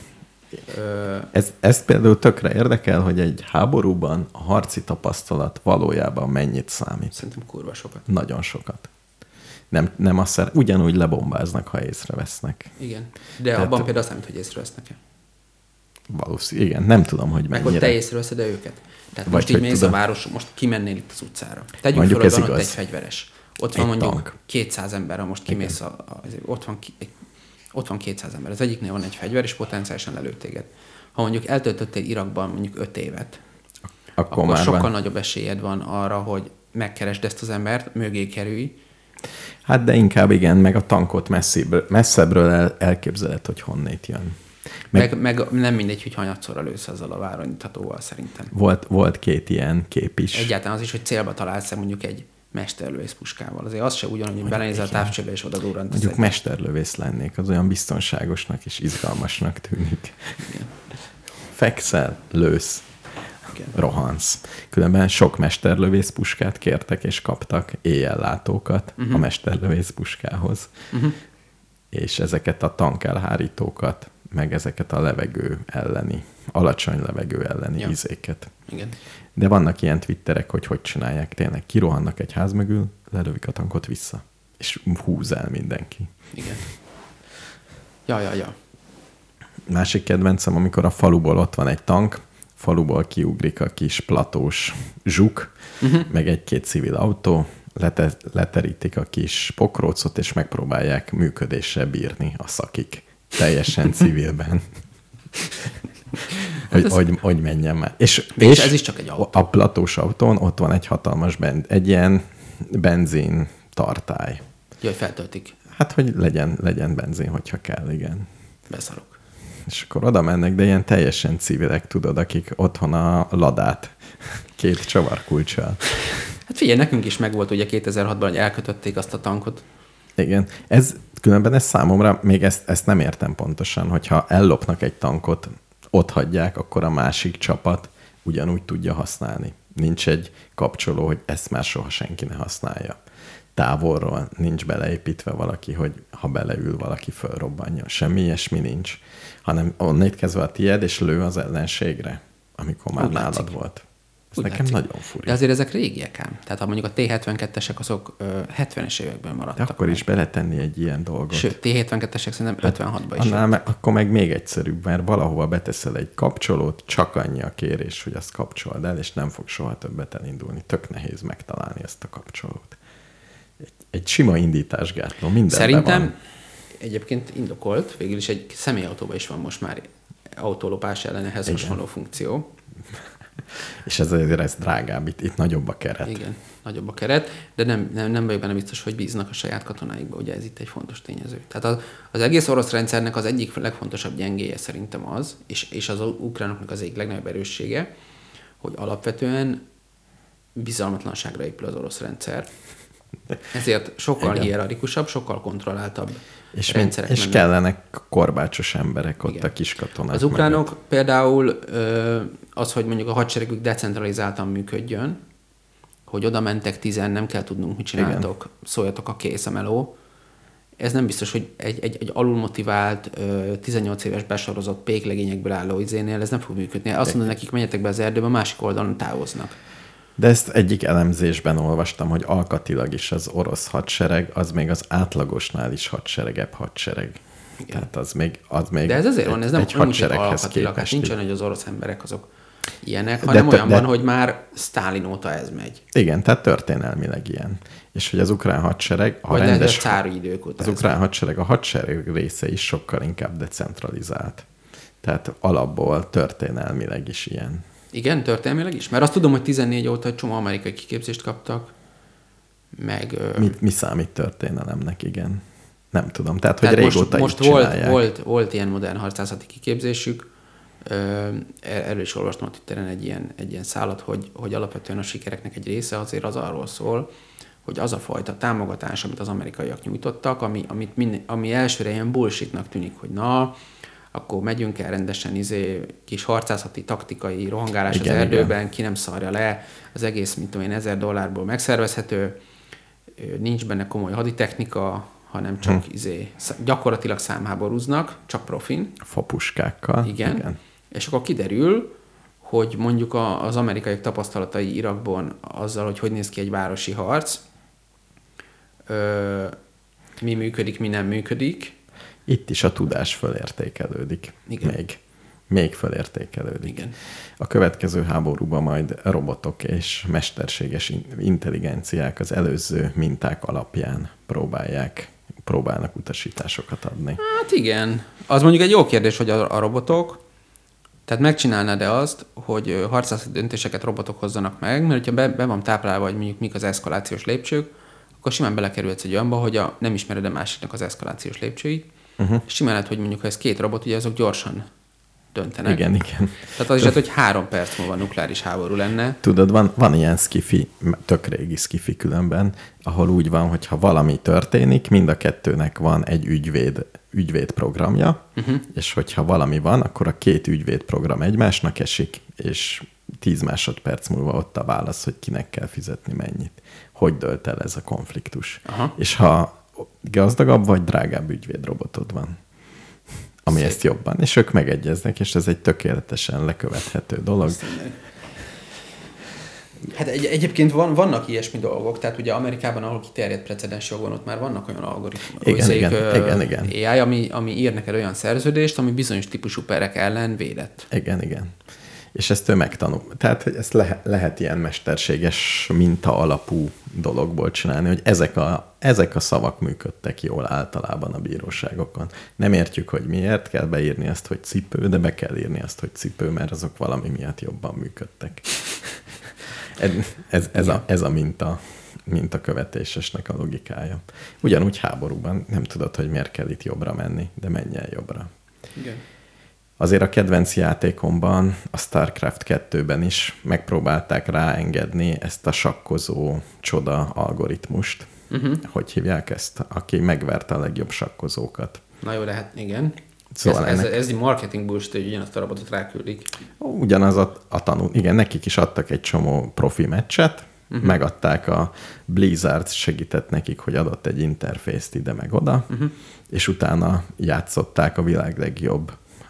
Ö... Ez, ez például tökre érdekel, hogy egy háborúban a harci tapasztalat valójában mennyit számít. Szerintem kurva sokat. Nagyon sokat. Nem, nem azt szer, ugyanúgy lebombáznak, ha észrevesznek. Igen, de Tehát, abban például számít, hogy észrevesznek-e. Valószínűleg, igen, nem tudom, hogy mennyire. Meg hogy te észreveszed őket. Tehát Vagy most így mész tudom. a város, most kimennél itt az utcára. Tegyük Mondjuk fel, hogy ez van ott igaz. egy fegyveres. Ott Egy van mondjuk tank. kétszáz ember, ha most kimész, a, a, ott, van, ki- egy, ott van kétszáz ember. Az egyiknél van egy fegyver, és potenciálisan lelőtt téged. Ha mondjuk eltöltöttél Irakban mondjuk öt évet, Akkor, akkor már sokkal van. nagyobb esélyed van arra, hogy megkeresd ezt az embert, mögé kerülj. Hát de inkább igen, meg a tankot messzebbről, messzebbről el, elképzeled, hogy honnét jön. Meg, meg, meg nem mindegy, hogy hanyatszorra lősz azzal a váronytatóval szerintem. Volt, volt két ilyen kép is. Egyáltalán az is, hogy célba találsz mondjuk egy mesterlövész puskával. Azért az se ugyanúgy, hogy belenézel a távcsőbe és oda durrantasz. Mondjuk egy... mesterlövész lennék, az olyan biztonságosnak és izgalmasnak tűnik. Igen. Fekszel, lősz, Igen. rohansz. Különben sok mesterlövész puskát kértek és kaptak éjjellátókat uh-huh. a mesterlövész puskához. Uh-huh. És ezeket a tankelhárítókat, meg ezeket a levegő elleni, alacsony levegő elleni ja. izéket. Igen. De vannak ilyen twitterek, hogy hogy csinálják. Tényleg kirohannak egy ház mögül, lelövik a tankot vissza. És húz el mindenki. Igen. Ja, ja, ja. Másik kedvencem, amikor a faluból ott van egy tank, faluból kiugrik a kis platós zsuk, uh-huh. meg egy-két civil autó, lete- leterítik a kis pokrócot, és megpróbálják működéssel bírni a szakik. Teljesen civilben. hogy, ez... hogy, hogy menjen már. És, és ez is csak egy autó. A platós autón ott van egy hatalmas, ben, egy ilyen benzin tartály. Jaj, feltöltik. Hát, hogy legyen, legyen benzin, hogyha kell, igen. Beszarok. És akkor oda mennek, de ilyen teljesen civilek, tudod, akik otthon a ladát két csavarkulccsal. Hát figyelj, nekünk is megvolt ugye kétezer-hatban, hogy elkötötték azt a tankot. Igen. Ez, különben ez számomra, még ezt, ezt nem értem pontosan, hogyha ellopnak egy tankot, ott hagyják, akkor a másik csapat ugyanúgy tudja használni. Nincs egy kapcsoló, hogy ezt már soha senki ne használja. Távolról nincs beleépítve valaki, hogy ha beleül, valaki fölrobbanja. Semmi ilyesmi nincs, hanem onnét kezdve a tiéd, és lő az ellenségre, amikor már Úgy nálad látszik. volt. Ez Úgy nekem látszik. nagyon furi. De azért ezek régiek ám. Tehát ha mondjuk a té hetvenkettesek azok ö, hetvenes években De maradtak. akkor meg. is beletenni egy ilyen dolgot. Sőt, té hetvenkettesek szerintem ötvenhatban is. Annál me- akkor meg még egyszerűbb, mert valahova beteszel egy kapcsolót, csak annyi a kérés, hogy azt kapcsold el, és nem fog soha többet elindulni. Tök nehéz megtalálni ezt a kapcsolót. Egy, egy sima indításgátló, mindenben Szerintem van. egyébként indokolt, végül is egy személyautóban is van most már autólopás ellen ehhez Igen. hasonló funkció. És ez azért ez drágább, itt, itt nagyobb a keret. Igen, nagyobb a keret, de nem, nem, nem vagyok benne biztos, hogy bíznak a saját katonáikba, ugye ez itt egy fontos tényező. Tehát az, az egész orosz rendszernek az egyik legfontosabb gyengéje szerintem az, és, és az ukránoknak az egyik legnagyobb erőssége, hogy alapvetően bizalmatlanságra épül az orosz rendszer. Ezért sokkal Igen. hierarchikusabb, sokkal kontrolláltabb És, rendszerek és mennek. kellenek korbácsos emberek ott Igen. a kis katonák Az ukránok mögött. például ö, az, hogy mondjuk a hadseregük decentralizáltan működjön, hogy oda mentek tizen, nem kell tudnunk, mit csináltok, szóljatok a kész a meló, ez nem biztos, hogy egy, egy, egy alulmotivált, tizennyolc éves besorozott péklegényekből álló izénél ez nem fog működni. Azt mondja nekik, menjetek be az erdőbe, a másik oldalon távoznak. De ezt egyik elemzésben olvastam, hogy alkatilag is az orosz hadsereg, az még az átlagosnál is hadseregebb hadsereg. Igen. Tehát az még, az még de ez azért van, ez nem, egy nem hadsereghez képest. Hát nincsen, hogy az orosz emberek azok ilyenek, hanem de, olyan de, van, hogy már Sztálin óta ez megy. Igen, tehát történelmileg ilyen. És hogy az ukrán hadsereg, a vagy rendes, a cári idők óta az ukrán hadsereg, a hadsereg része is sokkal inkább decentralizált. Tehát alapból történelmileg is ilyen. Igen, történelmileg is? Mert azt tudom, hogy tizennégy óta egy csomó amerikai kiképzést kaptak, meg... Mi, mi számít történelemnek, igen. Nem tudom. Tehát, hogy Tehát régóta most, így most csinálják. volt, volt, volt ilyen modern harcászati kiképzésük. Erről is olvastam a Twitteren egy ilyen, egy ilyen szállat, hogy, hogy alapvetően a sikereknek egy része azért az arról szól, hogy az a fajta támogatás, amit az amerikaiak nyújtottak, ami, amit minden, ami elsőre ilyen bullshitnak tűnik, hogy na, akkor megyünk el rendesen izé, kis harcászati, taktikai rohangálás igen, az erdőben, igen. Ki nem szarja le, az egész, mint tudom én, ezer dollárból megszervezhető, nincs benne komoly haditechnika, hanem csak hm. izé, gyakorlatilag számháborúznak, csak profin. Fapuskákkal. Igen. igen. És akkor kiderül, hogy mondjuk a, az amerikaiak tapasztalatai Irakban azzal, hogy hogy néz ki egy városi harc, ö, mi működik, mi nem működik. Itt is a tudás fölértékelődik. Igen. Még, még fölértékelődik. Igen. A következő háborúban majd robotok és mesterséges intelligenciák az előző minták alapján próbálják, próbálnak utasításokat adni. Hát igen. Az mondjuk egy jó kérdés, hogy a, a robotok, tehát megcsinálnád-e azt, hogy harcászati döntéseket robotok hozzanak meg, mert hogyha be, be van táplálva, hogy mondjuk mik az eszkalációs lépcsők, akkor simán belekerülhetsz egy olyanba, hogy a, nem ismered a másiknak az eszkalációs lépcsőit, uh-huh. simán lehet, hogy mondjuk ha ez két robot, ugye azok gyorsan döntenek. Igen, igen. Tehát az is lehet, hogy három perc múlva nukleáris háború lenne. Tudod, van, van ilyen skifi, tök régi skifi különben, ahol úgy van, hogy ha valami történik, mind a kettőnek van egy ügyvéd, ügyvédprogramja, uh-huh. és hogyha valami van, akkor a két ügyvédprogram egymásnak esik, és tíz másodperc múlva ott a válasz, hogy kinek kell fizetni mennyit. Hogy dölt el ez a konfliktus. Aha. És ha gazdagabb vagy drágább ügyvédrobotod van, ami Szép. Ezt jobban, és ők megegyeznek, és ez egy tökéletesen lekövethető dolog. Hát egy, egyébként van, vannak ilyesmi dolgok, tehát ugye Amerikában, ahol kiterjedt precedens jogon, ott már vannak olyan algoritmusok, igen, igen, uh, igen, igen. á i, ami, ami ír neked olyan szerződést, ami bizonyos típusú perek ellen védett. Igen, igen. És ezt ő megtanul. Tehát, hogy ezt lehet, lehet ilyen mesterséges minta alapú dologból csinálni, hogy ezek a, ezek a szavak működtek jól általában a bíróságokon. Nem értjük, hogy miért kell beírni azt, hogy cipő, de be kell írni azt, hogy cipő, mert azok valami miatt jobban működtek. Ez, ez, ez, a, ez a minta, minta követésesnek a logikája. Ugyanúgy háborúban nem tudod, hogy miért kell itt jobbra menni, de menj el jobbra. Igen. Azért a kedvenc játékomban, a StarCraft kettőben is megpróbálták ráengedni ezt a sakkozó csoda algoritmust. Uh-huh. Hogy hívják ezt? Aki megverte a legjobb sakkozókat. Na jó, de hát igen. Szóval ez, ennek... ez, ez egy marketing bullshit, hogy ugyanazt a robotot ráküldik. Ugyanaz a, a tanul. Igen, nekik is adtak egy csomó profi meccset, uh-huh. megadták a Blizzard, segített nekik, hogy adott egy interfészt ide meg oda, uh-huh. és utána játszották a világ legjobb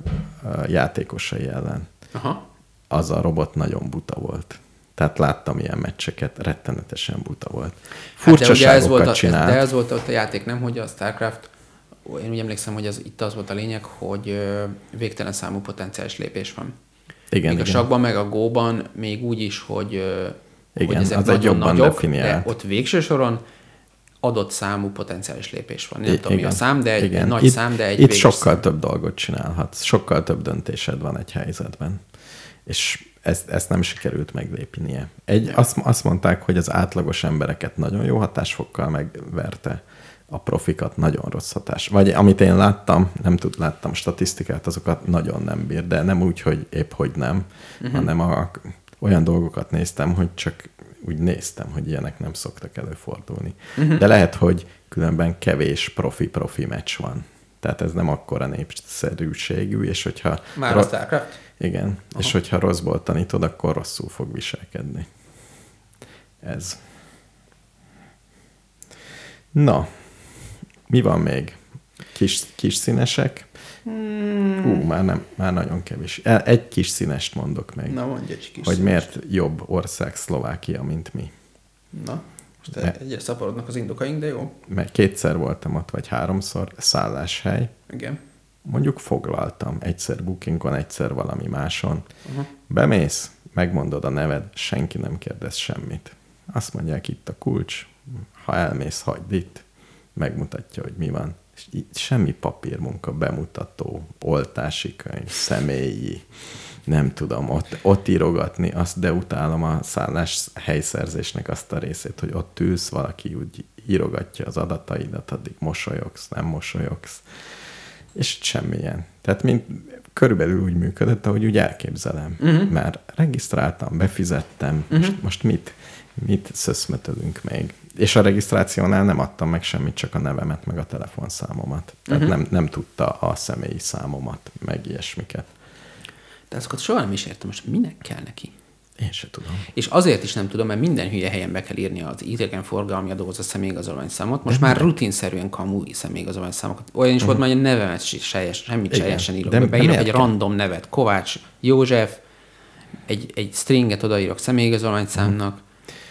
játékosai ellen. Aha. Az a robot nagyon buta volt. Tehát láttam ilyen meccseket, rettenetesen buta volt. Furcsaságokat hát csinált. De ez volt ott a játék, nem, hogy a StarCraft, én úgy emlékszem, hogy az, itt az volt a lényeg, hogy végtelen számú potenciális lépés van. Igen, még igen. a sakban, meg a góban még úgy is, hogy, igen, hogy ezek az egy jobban nagyobb, definiált. de ott végső soron adott számú potenciális lépés van. Nem I- tudom, mi a szám, de egy, egy nagy itt, szám, de egy Itt sokkal szám. több dolgot csinálhatsz, sokkal több döntésed van egy helyzetben. És ezt, ezt nem sikerült meglépnie. Egy, azt, azt mondták, hogy az átlagos embereket nagyon jó hatásfokkal megverte, a profikat nagyon rossz hatás. Vagy amit én láttam, nem tud, láttam statisztikát, azokat nagyon nem bír, de nem úgy, hogy épp hogy nem, uh-huh. hanem a, olyan dolgokat néztem, hogy csak úgy néztem, hogy ilyenek nem szoktak előfordulni. Uh-huh. De lehet, hogy különben kevés profi-profi meccs van. Tehát ez nem akkora népszerűségű, és hogyha... Már ro- a StarCraft? Igen, aha. És hogyha rosszból tanítod, akkor rosszul fog viselkedni. Ez. Na, Mi van még? Kis, kis színesek? Hmm. Ú, már, nem, már nagyon kevés. Egy kis színest mondok meg. Na, mondj egy kis Hogy színest. miért jobb ország Szlovákia, mint mi. Na, most Me- egyre szaporodnak az indokaink, de jó. Mert kétszer voltam ott, vagy háromszor, szálláshely. Igen. Mondjuk foglaltam. Egyszer Bookingon, egyszer valami máson. Uh-huh. Bemész, megmondod a neved, senki nem kérdez semmit. Azt mondják, itt a kulcs, ha elmész, hagyd itt, megmutatja, hogy mi van. És így semmi papírmunka, bemutató, oltási könyv, személyi, nem tudom, ott, ott írogatni, azt, de utálom a szállás helyszerzésnek azt a részét, hogy ott ülsz, valaki úgy írogatja az adataidat, addig mosolyogsz, nem mosolyogsz, és semmilyen. Tehát mint körülbelül úgy működött, ahogy úgy elképzelem. Uh-huh. Már regisztráltam, befizettem, uh-huh. most, most mit, mit szöszmetölünk még? És a regisztrációnál nem adtam meg semmit, csak a nevemet, meg a telefonszámomat. Tehát uh-huh. nem, nem tudta a személyi számomat, meg ilyesmiket. De azokat soha nem is értem, most minek kell neki? Én se tudom. És azért is nem tudom, mert minden hülye helyen be kell írni az idegenforgalmi adóhoz a személyigazolványszámot. Most de már rutinszerűen kamu személyigazolványszámokat. Olyan is uh-huh. volt, hogy a nevemet se, semmit teljesen írok. De, beírok egy random nevet. Kovács József, egy, egy stringet odaírok személyigazolványszámnak, uh-huh.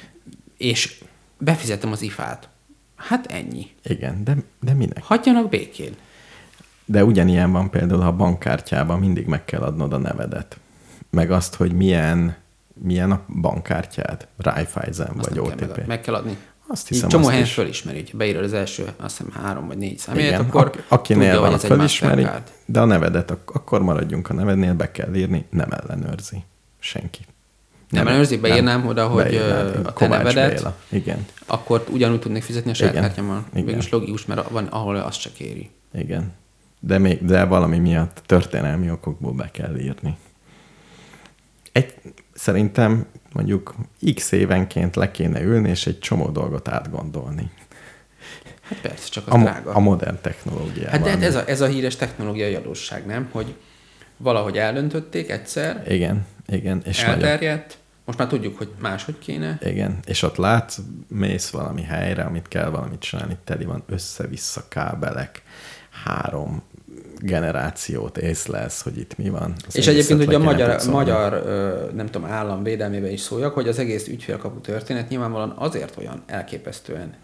és befizetem az ifát. Hát ennyi. Igen, de, de minek? Hagyjanak békén. De ugyanilyen van például, ha a bankkártyában mindig meg kell adnod a nevedet. Meg azt, hogy milyen, milyen a bankkártyád. Raiffeisen vagy o té pé. Meg, meg kell adni. Azt hiszem, csomó azt helyen is. fölismeri, hogyha beírod az első, azt hiszem három vagy négy számját, Igen, akkor ak- akinél tudja, van, hogy ez fölismeri, egy Mastercard. de a nevedet, ak- akkor maradjunk a nevednél, be kell írni, nem ellenőrzi senki. Nem ellenőrzi, beírnám oda, hogy beírnád, a te nevedet, Béla. Igen. akkor ugyanúgy tudnék fizetni a saját kártyámmal. Igen. Végülis logikus, mert van, ahol azt se kéri. Igen. De, még, de valami miatt történelmi okokból be kell írni. Egy, szerintem mondjuk x évenként le kéne ülni, és egy csomó dolgot átgondolni. Hát persze, csak az A, drága. a modern technológiában. Hát de hát ez a, ez a híres technológiai adósság, nem? Hogy valahogy eldöntötték egyszer, Igen, igen. És elterjedt, nagyon... most már tudjuk, hogy máshogy kéne. Igen, és ott látsz, mész valami helyre, amit kell valamit csinálni, teli van össze-vissza kábelek, három generációt észlelsz, hogy itt mi van. Az és egyébként, hogy a magyar, szólni. magyar nem tudom, állam védelmében is szóljak, hogy az egész ügyfélkapu történet nyilvánvalóan azért olyan elképesztően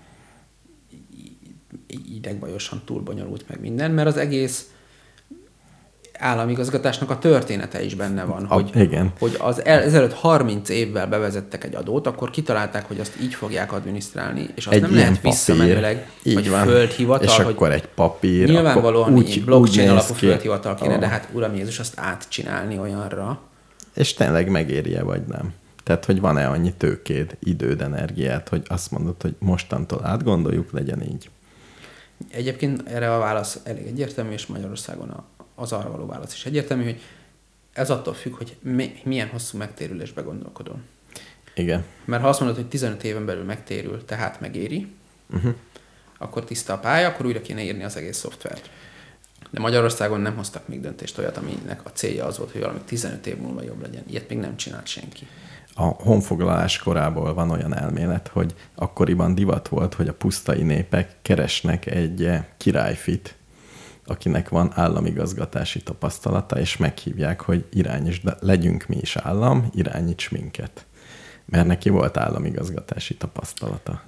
idegbajosan túlbonyolult meg minden, mert az egész államigazgatásnak a története is benne van, a, hogy, igen. hogy az el, ezelőtt harminc évvel bevezettek egy adót, akkor kitalálták, hogy azt így fogják adminisztrálni, és azt egy nem lehet visszamenőleg, vagy van. földhivatal, és hogy akkor egy papír, nyilvánvalóan úgy, blockchain úgy alapú ki. földhivatal kéne, oh. de hát uram Jézus, azt átcsinálni olyanra. És tényleg megéri-e, vagy nem? Tehát, hogy van-e annyi tőkéd, időd, energiát, hogy azt mondod, hogy mostantól átgondoljuk, legyen így. Egyébként erre a válasz elég egyértelmű, és Magyarországon a az arra való válasz is egyértelmű, hogy ez attól függ, hogy mi, milyen hosszú megtérülésbe gondolkodol. Igen. Mert ha azt mondod, hogy tizenöt éven belül megtérül, tehát megéri, uh-huh. akkor tiszta a pálya, akkor újra kéne írni az egész szoftvert. De Magyarországon nem hoztak még döntést olyat, aminek a célja az volt, hogy valami tizenöt év múlva jobb legyen. Ilyet még nem csinált senki. A honfoglalás korából van olyan elmélet, hogy akkoriban divat volt, hogy a pusztai népek keresnek egy királyfit, akinek van államigazgatási tapasztalata, és meghívják, hogy irányíts, de legyünk mi is állam, irányíts minket. Mert neki volt államigazgatási tapasztalata.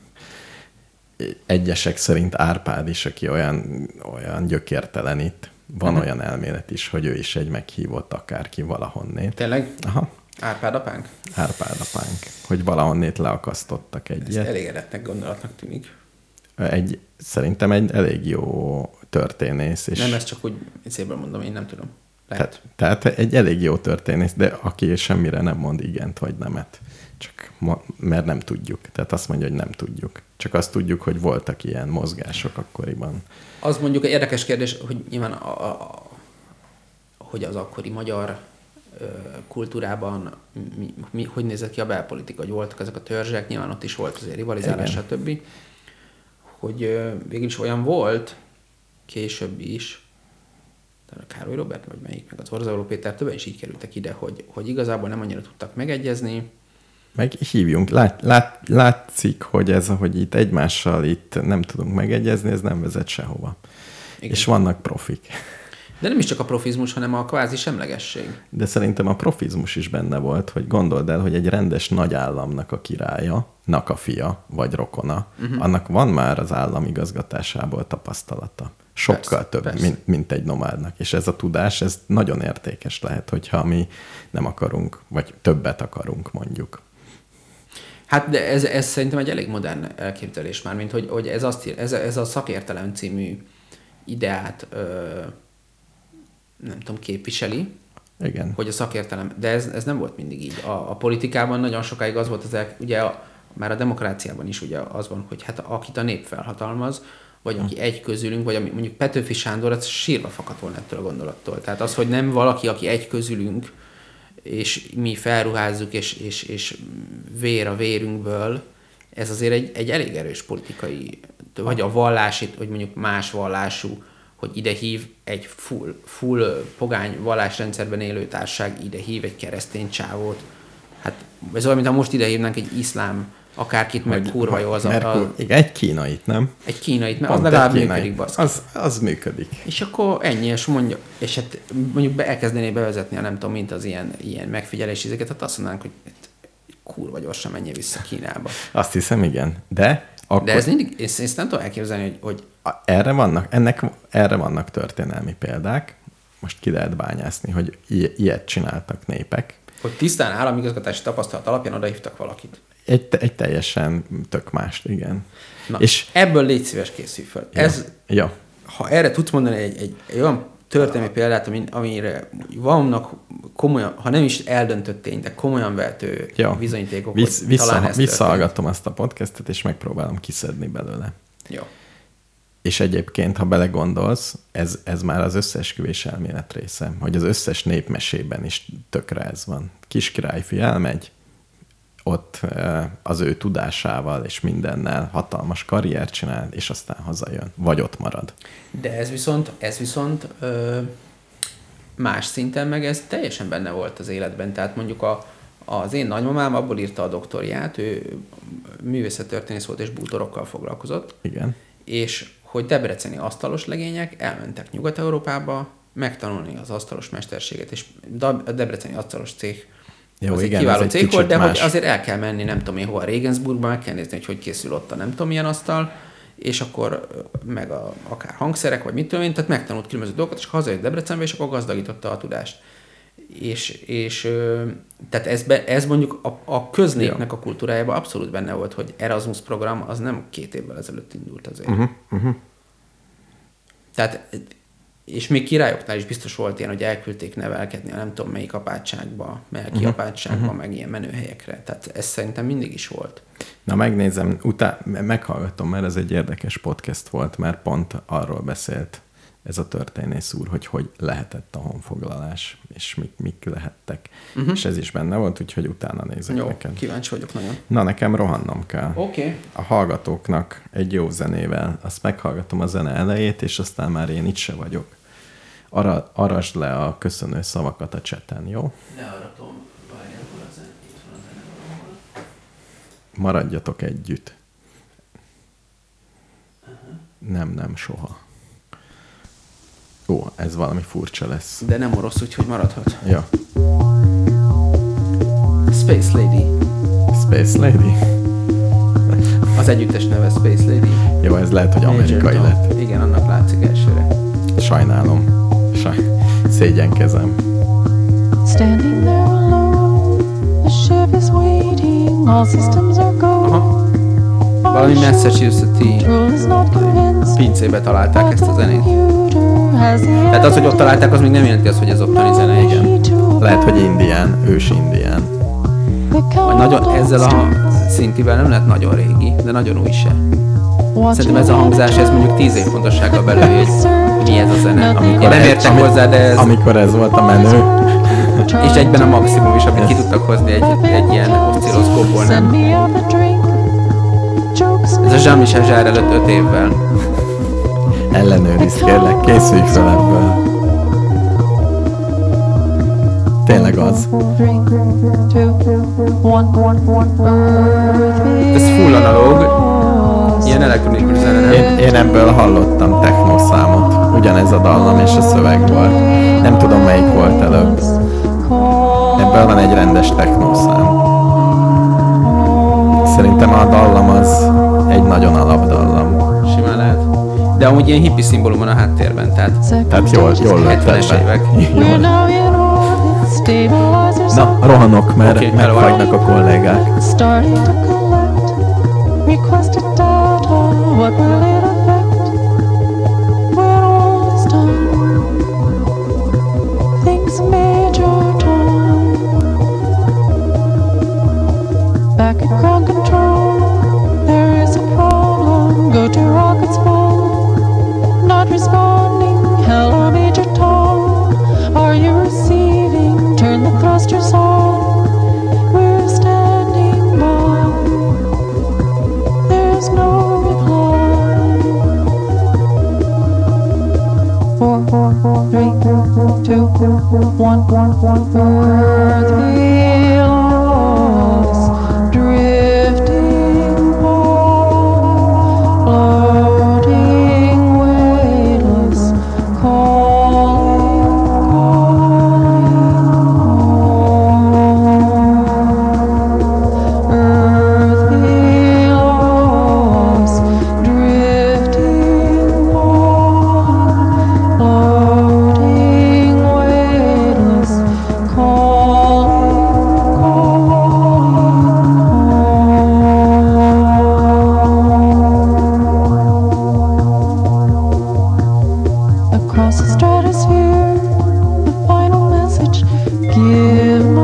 Egyesek szerint Árpád is, aki olyan, olyan gyökértelen itt, van uh-huh. olyan elmélet is, hogy ő is egy meghívott akárki valahonnét. Tényleg? Aha. Árpád apánk? Árpád apánk. Hogy valahonnét leakasztottak egy Ez ilyet. elégedetnek gondolatnak tűnik. Egy, szerintem egy elég jó történész. És nem, ezt csak úgy szépen mondom, én nem tudom. Lehet. Tehát, tehát egy elég jó történész, de aki semmire nem mond igent vagy nemet. Csak ma, mert nem tudjuk. Tehát azt mondja, hogy nem tudjuk. Csak azt tudjuk, hogy voltak ilyen mozgások akkoriban. Az mondjuk egy érdekes kérdés, hogy nyilván a, a, hogy az akkori magyar ö, kultúrában mi, mi, hogy nézett ki a belpolitika, hogy voltak ezek a törzsek, nyilván ott is volt azért rivalizálás, stb. Hogy ö, végülis olyan volt, később is, a Károly Róbert, vagy melyik, meg az Orzoló Péter, többen is így kerültek ide, hogy, hogy igazából nem annyira tudtak megegyezni, meg hívjunk. Lát, lát, látszik, hogy ez, ahogy itt egymással itt nem tudunk megegyezni, ez nem vezet sehova. Igen. És vannak profik. De nem is csak a profizmus, hanem a kvázi semlegesség. De szerintem a profizmus is benne volt, hogy gondold el, hogy egy rendes nagy államnak a királya, nak a fia, vagy rokona, uh-huh. annak van már az állam igazgatásából tapasztalata. Sokkal persze, több, persze. Mint, mint egy nomádnak. És ez a tudás, ez nagyon értékes lehet, hogyha mi nem akarunk, vagy többet akarunk, mondjuk. Hát de ez, ez szerintem egy elég modern elképzelés már, mint hogy, hogy ez, azt, ez, ez a szakértelem című ideát ö, nem tudom, képviseli. Igen. Hogy a szakértelem, de ez, ez nem volt mindig így. A, a politikában nagyon sokáig az volt, az el, ugye a, már a demokráciában is ugye az van, hogy hát akit a nép felhatalmaz, vagy aki hmm. egy közülünk, vagy ami, mondjuk Petőfi Sándor, az sírva fakadt volna ettől a gondolattól. Tehát az, hogy nem valaki, aki egy közülünk, és mi felruházzuk, és, és, és vér a vérünkből, ez azért egy, egy elég erős politikai, vagy a vallási, hogy mondjuk más vallású, hogy ide hív egy full, full pogány vallásrendszerben élő társaság, ide hív egy keresztény csávót. Hát ez olyan, mintha most ide hívnánk egy iszlám akárkit, meg kurva jó az a... a... Igen, egy kínait, nem? Egy kínait, mert az legalább működik, baszki. Az, az működik. És akkor ennyi, és mondja, és hát mondjuk be, elkezdené bevezetni, a nem tudom, mint az ilyen, ilyen megfigyelési izéket, hát azt mondanánk, hogy kurva gyorsan menjél vissza Kínába. Azt hiszem, igen. De akkor... De ez mindig, ezt, ezt nem tudom elképzelni, hogy... hogy... Erre vannak, ennek, erre vannak történelmi példák. Most ki lehet bányászni, hogy i- ilyet csináltak népek. Hogy tisztán államigazgatási tapasztalat alapján odahívtak valakit. Egy, egy teljesen tök mást, igen. Na, és ebből légy szíves, készülj fel. Ja, ez, ja. Ha erre tudsz mondani egy, egy, egy olyan történelmi példát, amire vannak komolyan, ha nem is eldöntött tény, de komolyan vehető ja. bizonyítékok, Vissz, hogy vissza, talán ez visszahallgatom ezt a podcastet, és megpróbálom kiszedni belőle. Jó. És egyébként, ha belegondolsz, ez, ez már az összeesküvés elmélet része, hogy az összes népmesében is tökre ez van. Kis királyfi elmegy, ott az ő tudásával és mindennel hatalmas karriert csinál, és aztán hazajön, vagy ott marad. De ez viszont, ez viszont ö, más szinten meg ez teljesen benne volt az életben. Tehát mondjuk a, az én nagymamám abból írta a doktoriát, ő művészettörténész volt és bútorokkal foglalkozott. Igen. És hogy debreceni asztalos legények elmentek Nyugat-Európába megtanulni az asztalos mesterséget, és a debreceni asztalos cég Jó, az igen, egy kiváló egy cég volt, de más. hogy azért el kell menni, nem tudom én hova, Regensburgba, meg kell nézni, hogy hogy készül ott a nem tudom milyen asztal, és akkor meg a, akár hangszerek, vagy mit tudom én, tehát megtanult különböző dolgokat, és hazajött Debrecenbe, és akkor gazdagította a tudást. És, és tehát ez, be, ez mondjuk a, a köznépnek a kultúrájában abszolút benne volt, hogy Erasmus program az nem két évvel ezelőtt indult azért. Uh-huh, uh-huh. Tehát, és még királyoknál is biztos volt ilyen, hogy elküldték nevelkedni a nem tudom melyik apátságba, melki uh-huh, apátságba, uh-huh. meg ilyen menőhelyekre. Tehát ez szerintem mindig is volt. Na megnézem, utá- meghallgatom, mert ez egy érdekes podcast volt, mert pont arról beszélt ez a történész úr, hogy hogy lehetett a honfoglalás, és mik, mik lehettek. Uh-huh. És ez is benne volt, úgyhogy utána nézek jó, neked. Kíváncsi vagyok nagyon. Na, nekem rohannom kell. Oké. Okay. A hallgatóknak egy jó zenével, azt meghallgatom a zene elejét, és aztán már én itt se vagyok. Ara, arasd le a köszönő szavakat a chaten, jó? Learatom. Várjál, hol a zene? Itt van a zene valahol. Maradjatok együtt. Uh-huh. Nem, nem, soha. Ó, ez valami furcsa lesz. De nem orosz, úgyhogy maradhat. Ja. Space Lady. Space Lady? Az együttes neve Space Lady. Jó, ez lehet, hogy amerikai Major lett. Tom. Igen, annak látszik elsőre. Sajnálom. Saj... Szégyenkezem. Standing there alone, the ship is waiting, all systems are go. Aha. Valami Massachusetts-i pincébe találták ezt a zenét. Tehát az, hogy ott találták, az még nem jelenti azt, hogy ez ottani zene. Igen. Lehet, hogy indián, ős indián. Vagy nagyon, ezzel a szintivel nem lehet nagyon régi, de nagyon új se. Szerintem ez a hangzás, ez mondjuk tíz év pontossággal belül, hogy mi ez a zene. Amikor nem értek hozzá, de ez... Amikor ez volt a menő. És egyben a maximum is, amit ki tudtak hozni egy, egy ilyen oszcilloszkópból, nem? Ez a Jean-Michel Jarre előtt öt évvel. Ellenőrizd, kérlek, készülj fel ebből. tényleg az. Ez full analóg, ilyen elektronikus zene, nem? Én, én ebből hallottam technoszámot. Ugyanez a dallam és a szöveg volt. Nem tudom, melyik volt előbb. Ebből van egy rendes technószám. Szerintem a dallam az egy nagyon alapdallam. Simán lehet. De amúgy ilyen hippi szimbólum van a háttérben, tehát Tehát jól, jól lőtted hetvenes be. évek. Jól. Na, rohanok, mert Oké, okay, megfagynak a kollégák. Starting to collect requested data. What will it affect when all is done? Things major tone. Back at ground control, there is a problem. Go to rockets full, not responding. Hello, Major Tom. Are you receiving? Turn the thrusters on. We're standing by. There's no reply. Four, four, four, three, two, one, one, one. Earth belongs drifting on, floating weightless, calling, calling home. Earth belongs drifting on, floating weightless, calling, calling home. Across the stratosphere, the final message: give my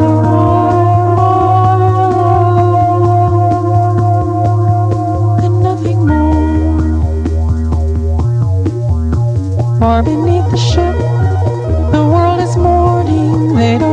all and nothing more. Far beneath the ship, the world is mourning. They don't